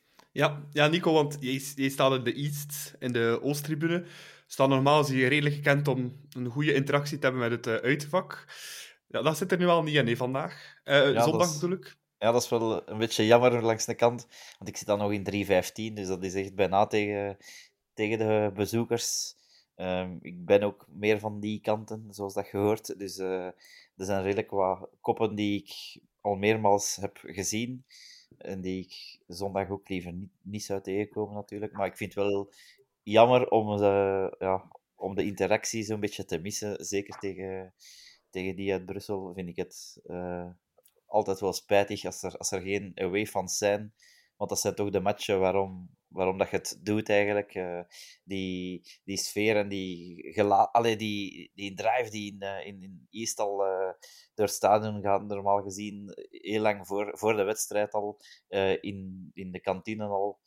Ja, ja, Nico, want jij, jij staat in de East, in de Oosttribune. Staat normaal zie je redelijk gekend om een goede interactie te hebben met het uh, uitvak. Ja, dat zit er nu al niet in, hè, vandaag. Uh, ja, zondag is, bedoel ik. Ja, dat is wel een beetje jammer langs de kant. Want ik zit dan nog in drie vijftien, dus dat is echt bijna tegen, tegen de bezoekers. Um, ik ben ook meer van die kanten, zoals dat je hoort. Dus uh, er zijn redelijk wat koppen die ik al meermaals heb gezien. En die ik zondag ook liever niet, niet zou tegenkomen, natuurlijk. Maar ik vind het wel jammer om de, ja, om de interactie zo'n beetje te missen. Zeker tegen, tegen die uit Brussel vind ik het uh, altijd wel spijtig als er, als er geen away-fans zijn. Want dat zijn toch de matchen waarom, waarom dat je het doet, eigenlijk. Uh, die, die sfeer en die, gela- allee, die, die drive die in, uh, in, in East al uh, door het stadion gaat, normaal gezien heel lang voor, voor de wedstrijd al, uh, in, in de kantine al.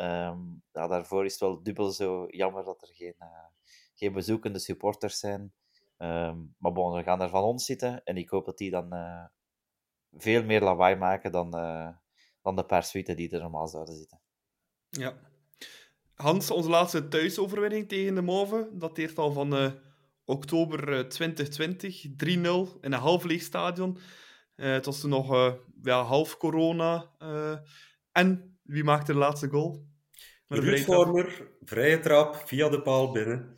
Um, ja, daarvoor is het wel dubbel zo jammer dat er geen, uh, geen bezoekende supporters zijn. Um, maar bon, we gaan er van ons zitten en ik hoop dat die dan uh, veel meer lawaai maken dan... Uh, dan de paar suiten die er normaal zouden zitten. Ja. Hans, onze laatste thuisoverwinning tegen de Mauve dateert al van uh, oktober uh, twintig twintig. drie nul in een half leeg stadion. Uh, het was toen nog uh, ja, half corona. Uh, en wie maakte de laatste goal? Ruud Vormer, vrije trap, via de paal binnen.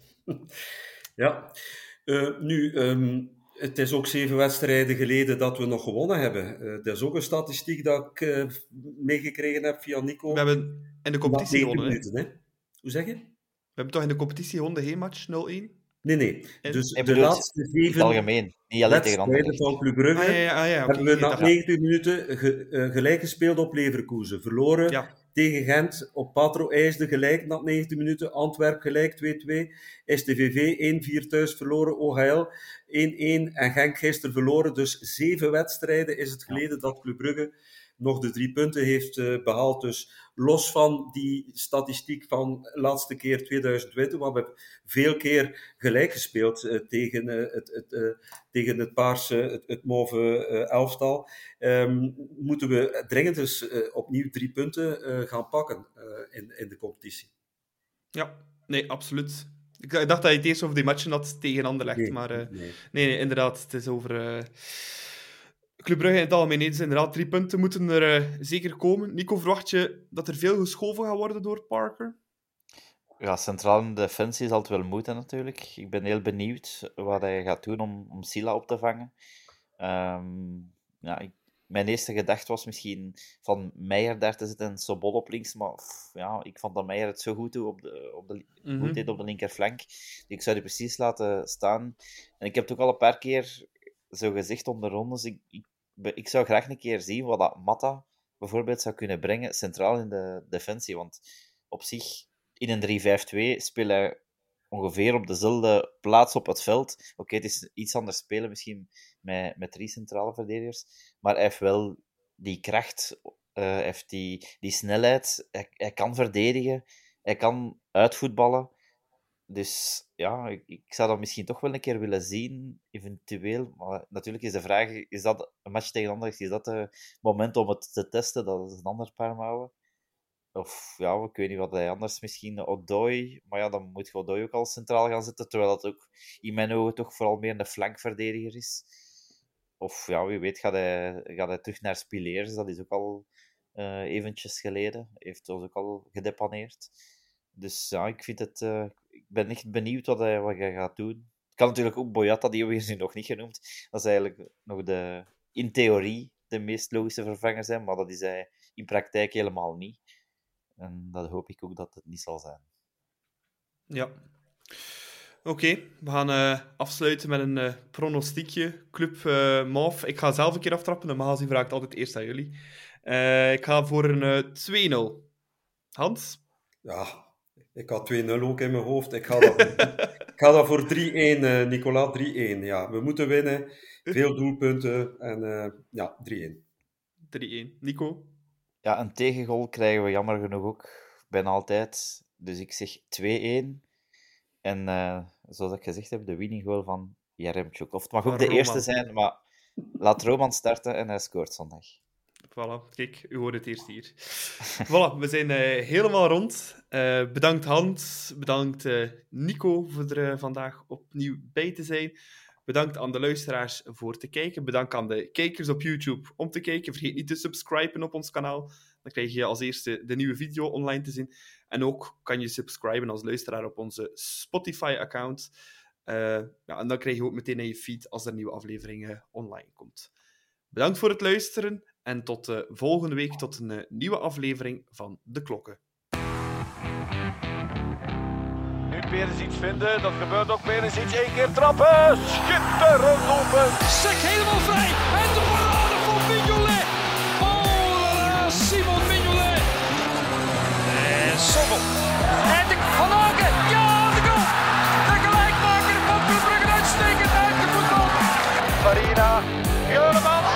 ja. Uh, nu... Um... Het is ook zeven wedstrijden geleden dat we nog gewonnen hebben. Uh, dat is ook een statistiek dat ik uh, meegekregen heb via Nico. We hebben in de competitie gewonnen, minuten, hè? Hoe zeg je? We hebben toch in de competitie gewonnen, de heenmatch nul één? Nee, nee. Dus en de laatste zeven algemeen, niet alleen tegen wedstrijden van Club Brugge ah, ja, ja, ah, ja, okay. hebben we na negentig minuten ge, uh, gelijk gespeeld op Leverkusen. Verloren ja. tegen Gent op Patro IJsde gelijk na negentig minuten. Antwerp gelijk twee twee. S T V V één vier thuis verloren. O H L één één. En Genk gisteren verloren. Dus zeven wedstrijden is het geleden dat Club Brugge nog de drie punten heeft uh, behaald. Dus los van die statistiek van laatste keer twintig twintig, want we hebben veel keer gelijk gespeeld uh, tegen, uh, het, het, uh, tegen het paarse, het, het mauve uh, elftal, um, moeten we dringend dus uh, opnieuw drie punten uh, gaan pakken uh, in, in de competitie. Ja, nee, absoluut. Ik dacht dat je het eerst over die matchen had tegen Anderlecht, nee, maar uh, nee. nee, nee, inderdaad, het is over... Uh... Club Brugge in het algemeen, nee, dus inderdaad, drie punten moeten er uh, zeker komen. Nico, verwacht je dat er veel geschoven gaat worden door Parker? Ja, centraal in de defensie zal het wel moeten, natuurlijk. Ik ben heel benieuwd wat hij gaat doen om, om Sila op te vangen. Um, ja, ik, mijn eerste gedachte was misschien van Meijer daar te zitten en Sobol op links, maar pff, ja, ik vond dat Meijer het zo goed doet op de, op de, mm-hmm. goed deed op de linkerflank. Ik zou die precies laten staan. En ik heb het ook al een paar keer zo gezegd onder rondes. Ik, ik, ik zou graag een keer zien wat dat Mata bijvoorbeeld zou kunnen brengen centraal in de defensie. Want op zich, in een drie vijf twee speel hij ongeveer op dezelfde plaats op het veld. Oké, okay, het is iets anders spelen misschien met, met drie centrale verdedigers. Maar hij heeft wel die kracht, uh, hij heeft die, die snelheid. Hij, hij kan verdedigen, hij kan uitvoetballen. Dus ja, ik, ik zou dat misschien toch wel een keer willen zien, eventueel. Maar natuurlijk is de vraag, is dat een match tegen Anderlecht, is dat het moment om het te testen? Dat is een ander paar mouwen. Of ja, ik weet niet wat hij anders misschien, Odoi. Maar ja, dan moet je Odoi ook al centraal gaan zetten, terwijl dat ook in mijn ogen toch vooral meer een flankverdediger is. Of ja, wie weet gaat hij, gaat hij terug naar Spileers, dat is ook al uh, eventjes geleden. Heeft ons ook al gedepaneerd. Dus ja, ik vind het... Uh, ik ben echt benieuwd wat hij, wat hij gaat doen. Het kan natuurlijk ook Boyata, die hebben we nu nog niet genoemd. Dat is eigenlijk nog de... In theorie de meest logische vervanger zijn, maar dat is hij in praktijk helemaal niet. En dat hoop ik ook dat het niet zal zijn. Ja. Oké, okay, we gaan uh, afsluiten met een uh, pronostiekje. Club uh, Mauve. Ik ga zelf een keer aftrappen. Normaal gezien vraag ik het altijd eerst aan jullie. Uh, ik ga voor een uh, twee nul. Hans? Ja, ik had twee nul ook in mijn hoofd. Ik ga dat, ik ga dat voor drie-een, uh, Nicolas. drie-een. Ja, we moeten winnen. Veel doelpunten. En uh, ja, drie-een. drie-een. Nico? Ja, een tegengoal krijgen we jammer genoeg ook. Bijna altijd. Dus ik zeg twee-een. En uh, zoals ik gezegd heb, de winning goal van Jaremchuk. Of het mag ook de Roman. Eerste zijn, maar laat Roman starten en hij scoort zondag. Voilà, kijk, u hoort het eerst hier. Voilà, we zijn uh, helemaal rond. Uh, bedankt Hans, bedankt uh, Nico voor er uh, vandaag opnieuw bij te zijn. Bedankt aan de luisteraars voor te kijken. Bedankt aan de kijkers op YouTube om te kijken. Vergeet niet te subscriben op ons kanaal. Dan krijg je als eerste de nieuwe video online te zien. En ook kan je subscriben als luisteraar op onze Spotify-account. Uh, ja, en dan krijg je ook meteen in je feed als er nieuwe afleveringen online komt. Bedankt voor het luisteren. En tot uh, volgende week, tot een uh, nieuwe aflevering van De Klokken. Nu Perisic vinden, dat gebeurt ook. Perisic één keer trappen. Schitterend lopen. Sek helemaal vrij. En de parade van Mignolet. Oh, Simon Mignolet. En Sobel. En de Van Aken. Ja, de goal. De gelijkmaker van Club Brugge uitstekend uit de voetbal. Farina. Helemaal.